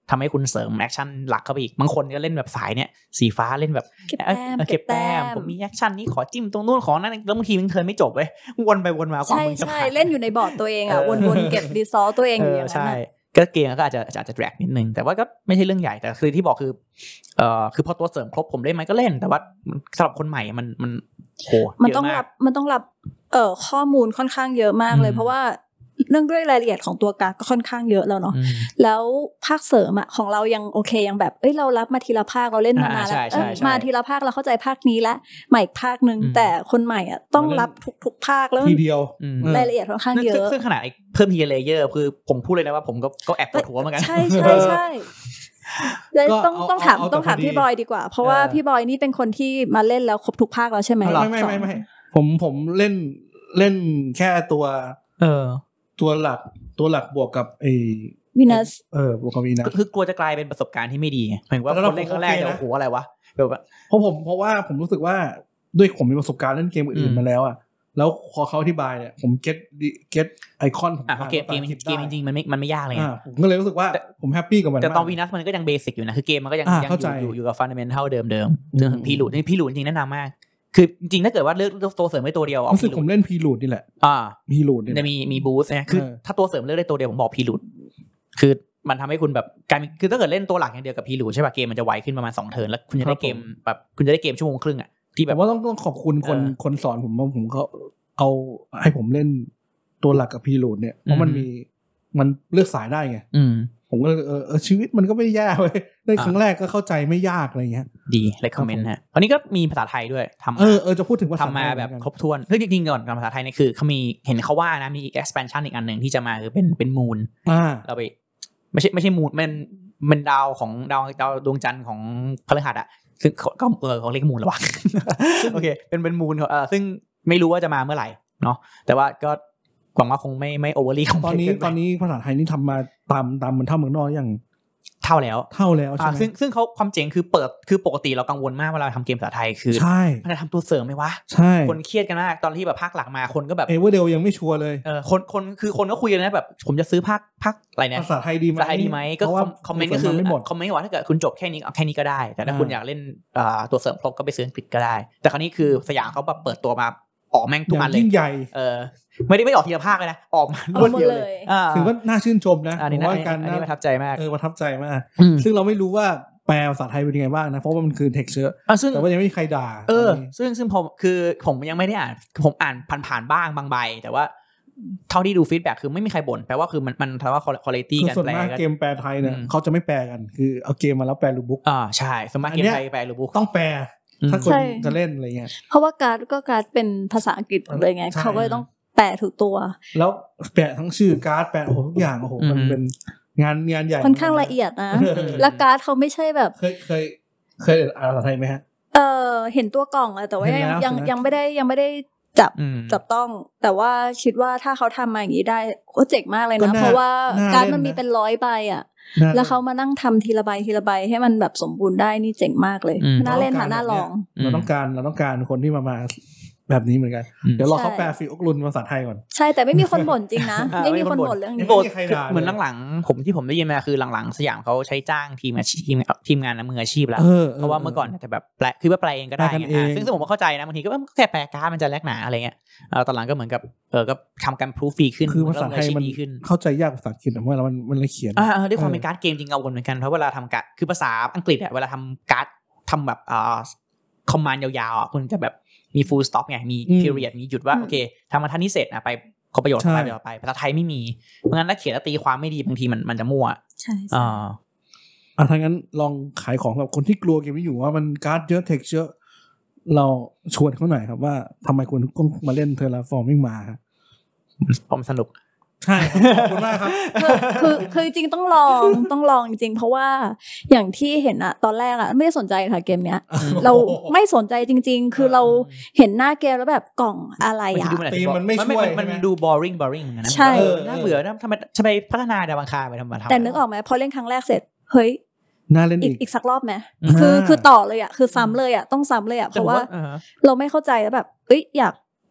ทำให้คุณเสริมแอคชั่นหลักเข้าไปอีกบางคนก็เล่นแบบสายเนี่ยสีฟ้าเล่นแบบเก็บแต้มเก็บแต้มผมมีแอคชั่นนี้ขอจิ้มตรงนู้นขอนั้นแล้วบางทีมันเทิร์นไม่จบเว้ยวนไปวนมาความมึงจะผ่านใช่เล่นอยู่ในบอร์ดตัวเองอ่ะวนๆเก็บรีซอสตัวเองอยู่อย่างนั้นก็เกมก็อาจจะอาจจะแดรกนิดนึงแต่ว่าก็ไม่ใช่เรื่องใหญ่แต่คือที่บอกคือเอ่อคือพอตัวเสริมครบผมเล่นไหมก็เล่นแต่ว่าสำหรับคนใหม่มันมันโหมันต้องรับมันต้องรับเอ่อข้อมูลค่อนข้างเยอะมากเลยเพราะว่าเรื่องด้วยรายละเอียดของตัวการ์ดก็ค่อนข้างเยอะแล้วเนาะแล้วภาคเสริมอ่ะของเรายังโอเคยังแบบเอ้ยเรารับมาทีละภาคเราเล่นมานานแล้วมาทีละภาคเราเข้าใจภาคนี้แล้วใหม่อีกภาคนึงแต่คนใหม่อ่ะต้องรับทุกๆภาคแล้วทีเดียวรายละเอียดค่อนข้างเยอะซึ่งขนาดเพิ่มทีเลเยอร์คือผมพูดเลยนะว่าผมก็ก็แอบปวดหัวเหมือนกันใช่ใช่ใช่เลยต้องต้องถามต้องถามพี่บอยดีกว่าเพราะว่าพี่บอยนี่เป็นคนที่มาเล่นแล้วครบทุกภาคแล้วใช่ไหมไม่ไม่ไม่ไม่ผมผมเล่นเล่นแค่ตัวเออตัวหลักตัวหลักบวกกับไอ้วีนัสเออบวกกับวีนัสคือกลัวจะกลายเป็นประสบการณ์ที่ไม่ดีหมายถึงว่าคนเล่นครั้งแรกจะโอ้โหอะไรวะแบบเพราะผมเพราะว่าผมรู้สึกว่าด้วยผมมีประสบการณ์เล่นเกมอื่นมาแล้วอ่ะแล้วพอเขาอธิบายเนี่ยผมเก็ตเก็ตไอคอนผมอ่ะเกมเกมเกมจริงๆมันไม่มันไม่ยากเลยผมก็เลยรู้สึกว่าผมแฮปปี้กับมันแต่ตอนวีนัสมันก็ยังเบสิกอยู่นะคือเกมมันก็ยังยังอยู่อยู่กับฟันดัมเมนทัลเดิมๆเรื่องพีรูดนี่พีรูดจริงแนะนำมากคือจริงๆถ้าเกิดว่าเลือกตัวเสริมได้ตัวเดียวรู้สึกผมเล่นพีรูดนี่แหละอ่าพีรูดเนี่ยจะมีมีบูสต์นะคือถ้าตัวเสริมเลือกได้ตัวเดียวผมบอกพีรูดคือมันทำให้คุณแบบการคือถ้าเกิดเล่นตัวหลักอย่างเดียวกับพีรูดใช่ป่ะเกมมันจะไวขึ้นประมาณสองเทิร์นแล้วคุณจะได้เกมแบบคุณจะได้เกมชั่วโมงครึ่งอ่ะที่แบบว่าต้องต้องขอบคุณคนคนสอนผมว่าผมเขาเอาให้ผมเล่นตัวหลักกับพีรูดเนี่ยเพราะมันมีมันเลือกสายได้ไงผมก็เออชีวิตมันก็ไม่ยากเลยได้ครั้งแรกก็เข้าใจไม่ยากอะไรเงี้ยดีเลยคอมเมนต์ฮะวันนี้ก็มีภาษาไทยด้วยทำเออเออจะพูดถึงภาษาทำมาแบบครบถ้วนคือจริงๆก่อนกับภาษาไทยเนี่ยคือเขามีเห็นเขาว่านะมี expansion อีกอันหนึ่งที่จะมาคือเป็นเป็นมูนเราไปไม่ใช่ไม่ใช่มูนมันเป็นดาวของดาวดาวดวงจันทร์ของพฤหัสอ่ะซึ่งก็เออเขาเรียกมูนหรอวะโอเคเป็นเป็นมูนเออซึ่งไม่รู้ว่าจะมาเมื่อไหร่เนาะแต่ว่าก็หวังว่าคงไม่ไม่โอเวอร์ลีตอนนี้ตอนนี้ภาษาไทยนี่ทำมาตามตามมันเท่าเมืองนอกอย่างเท่าแล้วเท่าแล้วใช่ไหมซึ่งซึ่งเขาความเจ๋งคือเปิดคือปกติเรากังวลมากเวลาทำเกมภาษาไทยคือใช่มันจะทำตัวเสริมไหมวะใช่คนเครียดกันมากตอนที่แบบภาคหลักมาคนก็แบบเอเวอร์เดลยังไม่ชัวร์เลยเออคนคนคือคนก็คุยกันนะแบบผมจะซื้อภาคภาคอะไรเนี่ยภาษาไทยดีไหมภาษาไทยดีไหมก็คอมเมนต์ก็คือคอมเมนต์ว่าถ้าเกิดคุณจบแค่นี้แค่นี้ก็ได้แต่ถ้าคุณอยากเล่นตัวเสริมครบก็ไปซื้ออังกฤษก็ได้แต่คราวนี้คือสยามเขาแบบเปิดตัวมาออกแม่งทุกอันเลยยิ่งใหญ่เออไม่ได้ไม่ออกทีละภาคเลยนะออกมารวดเดียวเลยถือว่าน่าชื่นชมนะผมว่าการอันนี้ประทับใจมากเออประทับใจมากซึ่งเราไม่รู้ว่าแปลภาษาไทยเป็นยังไงบ้างนะเพราะว่ามันคือ texture แต่ว่ายังไม่มีใครด่าเออซึ่งซึ่งผมคือผมยังไม่ได้อ่านผมอ่านผ่านๆบ้างบางใบแต่ว่าเท่าที่ดูฟีดแบ็กคือไม่มีใครบ่นแปลว่าคือมันมันแปลว่าคุณภาพการแปลเกมแปลไทยเนี่ยเขาจะไม่แปลกันคือเอาเกมมาแล้วแปลรูปบุ๊กอ่าใช่สมัครเกมไทยแปลรูปบุ๊กต้องแปลถ้าคนจะเล่นอะไรเงี้ยเพราะว่าการ์ดก็การ์ดเป็นภาษาอังกฤษเลยไงเขาก็ต้องแปลถูกตัวแล้วแปลทั้งชื่อการ์ดแปลโอ้โหทุกอย่างโอ้โหมันเป็นงานงานใหญ่ค่อนข้างละเอียดนะแล้วการ์ดเขาไม่ใช่แบบเคยเคยเคยอ่านภาษาไทยไหมฮะเออเห็นตัวกล่องอะแต่ว่ายังยังยังไม่ได้ยังไม่ได้จับจับต้องแต่ว่าคิดว่าถ้าเขาทำมาอย่างนี้ได้ก็เจ๋งมากเลยนะเพราะว่าการ์ดมันมีเป็นร้อยใบอะแล้วเขามานั่งทำทีละใบทีละใบให้มันแบบสมบูรณ์ได้นี่เจ๋งมากเลยน่าเล่นค่ะน่าลองเราต้องการเราต้องการคนที่มามาแบบนี้เหมือนกันเดี๋ยวรอเขาแปลฟิลอกลุนภาษาไทยก่อนใช่แต่ไม่มีคนบ่นจริงนะไม่มีคนบ่นเรื่องนี้เหมือนหลังๆผมที่ผมได้ยินมาคือหลังๆสยามเขาใช้จ้างทีมอาชีพทีมงานมืออาชีพแล้วเพราะว่าเมื่อก่อนแต่แบบแปลคือว่าแปลเองก็ได้ซึ่งซึ่งผมก็เข้าใจนะบางทีก็แค่แปลการ์ดมันจะแลกหนาอะไรเงี้ยตอนหลังก็เหมือนกับเออก็ทำการพรูฟฟรีขึ้นคือภาษาไทยมันเข้าใจยากภาษาอังกฤษแต่ว่ามันมันเลยเขียนอ่าด้วยความเป็นการ์ดเกมจริงเอาวนเหมือนกันเพราะเวลาทำการ์ดคือภาษาอังกฤษอะเวลาทำการ์ดทำแบบอ่าคอมมานด์ยาวๆอ่ะคุณจะแบบมี full stop ไงมี period มีหยุดว่าโอเคทำมาท่านี้เสร็จอ่ะไปขอประโยชน์ไปเดี๋ยวไปภาษาไทยไม่มีเพราะงั้นถ้าเขียนแล้วตีความไม่ดีบางทีมันมันจะมั่วใช่อ่าอ่ะถ้างั้นลองขายของกับคนที่กลัวเกมนี้อยู่ว่ามันการ์ดเยอะเท็กซ์เยอะเราชวนเขาหน่อยครับว่าทำไมคุณต้องมาเล่น Terraforming Mars ครับผมสนุกใช่ขอบคุณมากครับคือคือจริงต้องลองต้องลองจริงเพราะว่าอย่างที่เห็นอะตอนแรกอะไม่ได้สนใจค่ะเกมเนี้ยเราไม่สนใจจริงๆคือเราเห็นหน้าเกมแล้วแบบกล่องอะไรอะตีมันไม่ช่วยมันดู boring boring นะใช่น่าเบื่อนะทำไมทำไมพัฒนาดาวอังคารไปทำไมแต่นึกออกไหมพอเล่นครั้งแรกเสร็จเฮ้ยน่าเล่นอีกอีกสักรอบไหมคือคือต่อเลยอะคือซ้ำเลยอะต้องซ้ำเลยอะเพราะว่าเราไม่เข้าใจแล้วแบบเอ้ยอยาก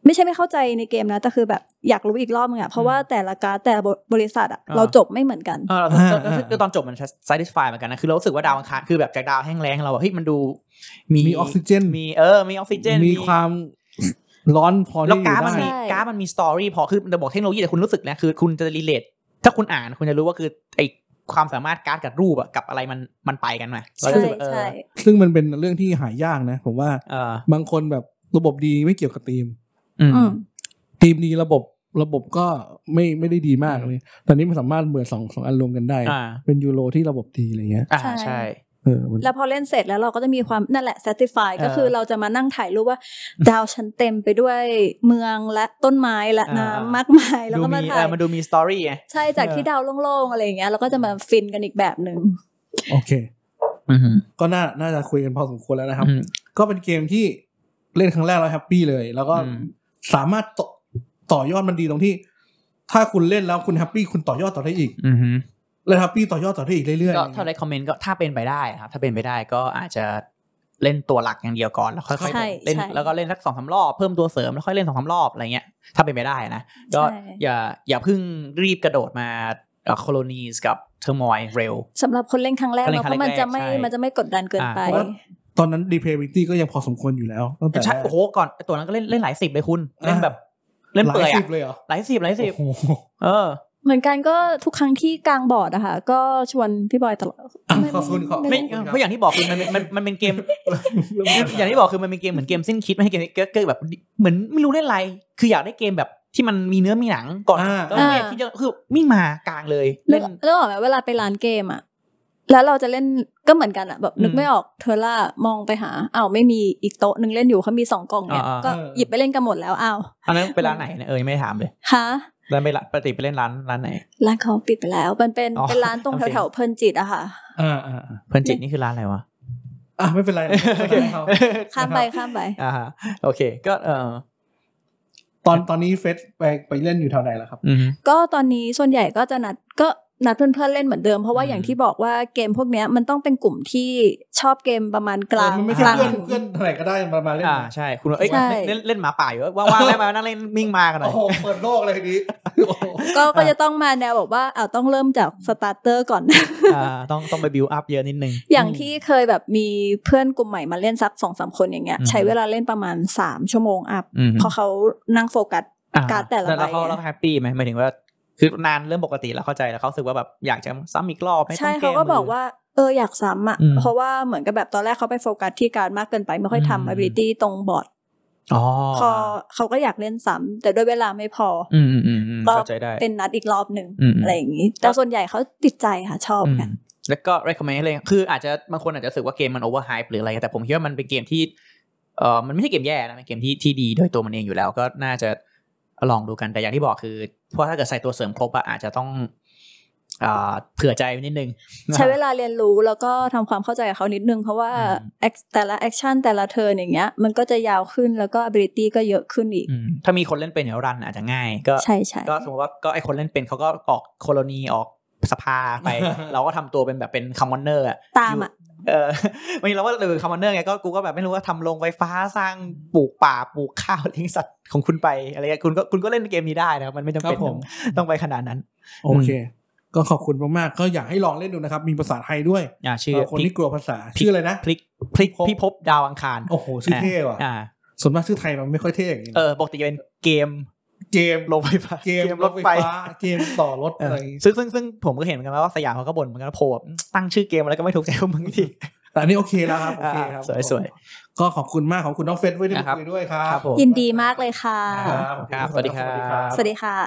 ไม่ใช่ไม่เข้าใจในเกมนะแต่คือแบบอยากรู้อีกรอบนึงอ่ะเพราะว่าแต่ละการ์ดแต่ละบริษัทอ่ะเราจบไม่เหมือนกันเออคือตอนจบมัน satisfy เหมือนกันนะคือเรารู้สึกว่าดาวอังคารคือแบบจากดาวแห้งแล้งเราเฮ้ยมันดูมีมีออกซิเจนมีเออมีออกซิเจนมีความร้อนพอแล้วการ์ดมันมีการ์ดมันมีสตอรี่พอคือจะบอกเทคโนโลยีแต่คุณรู้สึกนะคือคุณจะรีเลทถ้าคุณอ่านคุณจะรู้ว่าคือไอความสามารถการ์ดกับรูปอะกับอะไรมันมันไปกันไหมใช่ใช่ซึ่งมันเป็นเรื่องที่หายากนะผมว่าบางคนแบบระบบดีไม่เกี่ยวกับทีมทีมดีระบบระบบก็ไม่ไม่ได้ดีมากเลยตอนนี้มันสามารถเบื่อสองสองอันรวมกันได้เป็นยูโรที่ระบบดีอะไรเงี้ยอ่าใช่แล้วพอเล่นเสร็จแล้วเราก็จะมีความนั่นแหละ satisfy ก็คือเราจะมานั่งถ่ายรูปว่าดาวชั้นเต็มไปด้วยเมืองและต้นไม้และน้ำมากมายแล้วก็มาถ่ายมันดูมีสตอรี่ไงใช่จากที่ดาวโล่งๆอะไรอย่างเงี้ยเราก็จะมาฟินกันอีกแบบนึงโอเคก็น่าน่าจะคุยกันพอสมควรแล้วนะครับก็เป็นเกมที่เล่นครั้งแรกแล้วแฮปปี้เลยแล้วก็สามารถต่อต่อยอดมันดีตรงที่ถ้าคุณเล่นแล้วคุณแฮปปี้คุณต่อยอดต่อได้อีกเลยครับพี่ต่อยอดต่อได้อีกเรื่อยๆก็ถ้าได้คอมเมนต์ก็ถ้าเป็นไปได้ครับถ้าเป็นไปได้ก็อาจจะเล่นตัวหลักอย่างเดียวก่อนแล้วค่อยๆเล่นแล้วก็เล่นสัก สองถึงสาม รอบเพิ่มตัวเสริมแล้วค่อยเล่น สองถึงสาม รอบอะไรเงี้ยถ้าเป็นไปได้นะก็อย่าอย่าเพิ่งรีบกระโดดมาโคโลนีสกับเทอร์มอยเร็วสำหรับคนเล่นครั้งแรกเพราะมันจะไม่มันจะไม่กดดันเกินไปตอนนั้น Depravity ก็ยังพอสมควรอยู่แล้วตั้งแต่โอ้โหก่อนตัวนั้นก็เล่นเล่นหลายสิบเลยคุณเล่นแบบเล่นเปื่อยอ่ะหลายสิบหลายสิบเออเหมือนกันก็ทุกครั้งที่กลางบอร์ดอะค่ะก็ชวนพี่บอยตลอดขอบคุณขอบไม่เพราะอย่างที่บอกคือมันมันมันเป็นเกมอย่างที่บอกคือมันเป็นเกมเหมือนเกมสิ้นคิดไม่ใช่เกมเกมแบบเหมือนไม่รู้เล่นอะไรคืออยากได้เกมแบบที่มันมีเนื้อมีหนังก่อนแล้วเนี่ยที่จะคือมิ่งมากลางเลยเล่นแล้วบอกไหมเวลาไปร้านเกมอะแล้วเราจะเล่นก็เหมือนกันอะแบบนึกไม่ออกเทอร่ามองไปหาอ้าวไม่มีอีกโต๊ะนึงเล่นอยู่เขามีสองกล่องเนี่ยก็หยิบไปเล่นกันหมดแล้วอ้าวอันนั้นไปร้านไหนเนี่ยเออไม่ถามเลยฮะร้านไปปกติไปเล่นร้านร้านไหนร้านเขาปิดไปแล้วมันเป็นเป็นร้านตรงแถวๆเพลินจิตอะค่ะอ่าอ่าเพลินจิตนี่คือร้านอะไรวะอ่ะไม่เป็นไรข้ามไปข้ามไปอ่าโอเคก็เออตอนตอนนี้เฟสไปไปเล่นอยู่แถวไหนแล้วครับก็ตอนนี้ส่วนใหญ่ก็จะนัดก็นัดเพื่อนๆเล่นเหมือนเดิมเพราะว่าอย่างที่บอกว่าเกมพวกนี้มันต้องเป็นกลุ่มที่ชอบเกมประมาณกลางมันไม่ใช่เพื่อนเพื่อนเท่าไหร่ก็ได้ประมาณเล่นอ่าใช่คุณเอ้ยเล่นเล่นหมาป่าอยู่ว่างๆแล้วมานั่งเล่นมิ่งมากันหน่อยโอ้โหเปิดโลกเลยทีนี้ก็ก็จะต้องมาแนวบอกว่าอ้าวต้องเริ่มจากสตาร์เตอร์ก่อนอ่าต้องต้องไปบิวอัพเยอะนิดนึงอย่างที่เคยแบบมีเพื่อนกลุ่มใหม่มาเล่นสัก สองถึงสาม คนอย่างเงี้ยใช้เวลาเล่นประมาณสามชั่วโมงอัพเพราะเขานั่งโฟกัสการแต่ละใบแล้วเขาแล้วแฮปปี้มั้ยหมายถึงว่าคือนานเรื่องปกติแล้วเข้าใจแล้วเขาสึกว่าแบบอยากจะซ้ำอีกรอบไม่ต้องเกมใช่เขาก็บอกว่าเอออยากซ้ำอ่ะเพราะว่าเหมือนกับแบบตอนแรกเขาไปโฟกัสที่การมากเกินไปไม่ค่อยทำ ability ตรงบอร์ดอ๋อพอเขาก็อยากเล่นซ้ำแต่ด้วยเวลาไม่พออืมอืมอืมเข้าใจได้เป็นนัดอีกรอบหนึ่งอะไรอย่างนี้แต่ส่วนใหญ่เขาติดใจค่ะชอบกันแล้วก็ recommend เลยคืออาจจะบางคนอาจจะรู้สึกว่าเกมมัน overhype หรืออะไรแต่ผมคิดว่ามันเป็นเกมที่เออมันไม่ใช่เกมแย่นะเป็นเกมที่ที่ดีโดยตัวมันเองอยู่แล้วก็น่าจะลองดูกันแต่อย่างที่บอกคือเพราะถ้าเกิดใส่ตัวเสริมครบอะอาจจะต้องอ่าเผื่อใจนิดนึงใช้เวลาเรียนรู้แล้วก็ทำความเข้าใจกับเขานิดนึงเพราะว่าแต่ละแอคชั่นแต่ละเทิร์นอย่างเงี้ยมันก็จะยาวขึ้นแล้วก็ ability ก็เยอะขึ้นอีกถ้ามีคนเล่นเป็นอย่างรันอาจจะง่ายก็ใช่ใช่ก็สมมติว่าก็ไอคนเล่นเป็นเขาก็ออกโคโลนีออกสภาไป เราก็ทำตัวเป็นแบบเป็นคัมมอนเนอร์อะตามอะเออวันนี้เราก็เลยคัมมอนเนอร์ไงก็กูก็แบบไม่รู้ว่าทำโรงไฟฟ้าสร้างปลูกป่าปลูกข้าวเลี้ยงสัตว์ของคุณไปอะไรเงี้ยคุณก็คุณก็เล่นเกมนี้ได้นะครับมันไม่จำเป็นต้องไปขนาดนั้นโอเคก็ขอบคุณมากๆก็อยากให้ลองเล่นดูนะครับมีภาษาไทยด้วยอ่าชื่อคนที่กลัวภาษาชื่ออะไรนะพลิกพลิกพี่พบดาวอังคารโอ้โหชื่อเท่ว่ะอ่าส่วนมากชื่อไทยมันไม่ค่อยเท่อย่างนี้เออปกติจะเป็นเกมเกมรถไฟฟ้าเกมรถไฟฟ้าเกมต่อรถอะไรซึ่งซึ่งซึ่งผมก็เห็นเหมือนกันว่าสยามเขาก็บ่นเหมือนกันว่าโผล่ตั้งชื่อเกมอะไรก็ไม่ถูกใจพวกมึงทีแต่อันนี้โอเคแล้วครับโอเคครับสวยๆก็ขอบคุณมากขอบคุณน้องเฟซด้วยที่มาคุยด้วยครับยินดีมากเลยค่ะครับสวัสดีครับสวัสดีค่ะ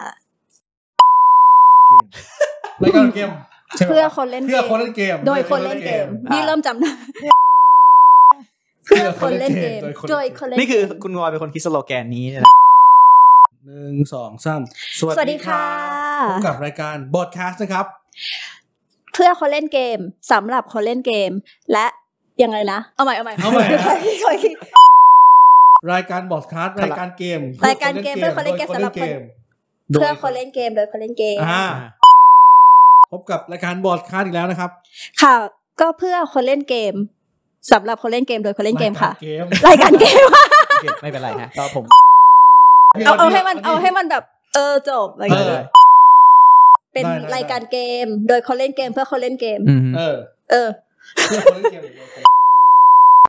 รายการเกมเพื่อคนเล่นเพื่อคนเล่นเกมโดยคนเล่นเกมนี่เริ่มจำได้เพื่อคนเล่นเกมโดยคนเล่นนี่คือคุณงอยเป็นคนคิดสโลแกนนี้นะหนึ่งสองสามสวัสดีค่ะพบกับรายการบอดแคสต์นะครับเพื่อคนเล่นเกมสำหรับคนเล่นเกมและยังไงนะเอาใหม่เอาใหม่เอาใหม่รายการบอดแคสต์รายการเกมรายการเกมเพื่อคนเล่นเกมสำหรับคนเพื่อคนเล่นเกมโดยคนเล่นเกมพบกับรายการบอดแคสต์อีกแล้วนะครับค่ะก็เพื่อคนเล่นเกมสำหรับคนเล่นเกมโดยคนเล่นเกมค่ะรายการเกมไม่เป็นไรฮะก็ผมเอาเอาให้มันเอาให้มันแบบเออจบอะไรอย่างเงี้ยเป็นรายการเกมโดยคนเล่นเกมเพื่อคนเล่นเกมเออเออเพื่อคนเล่นเกม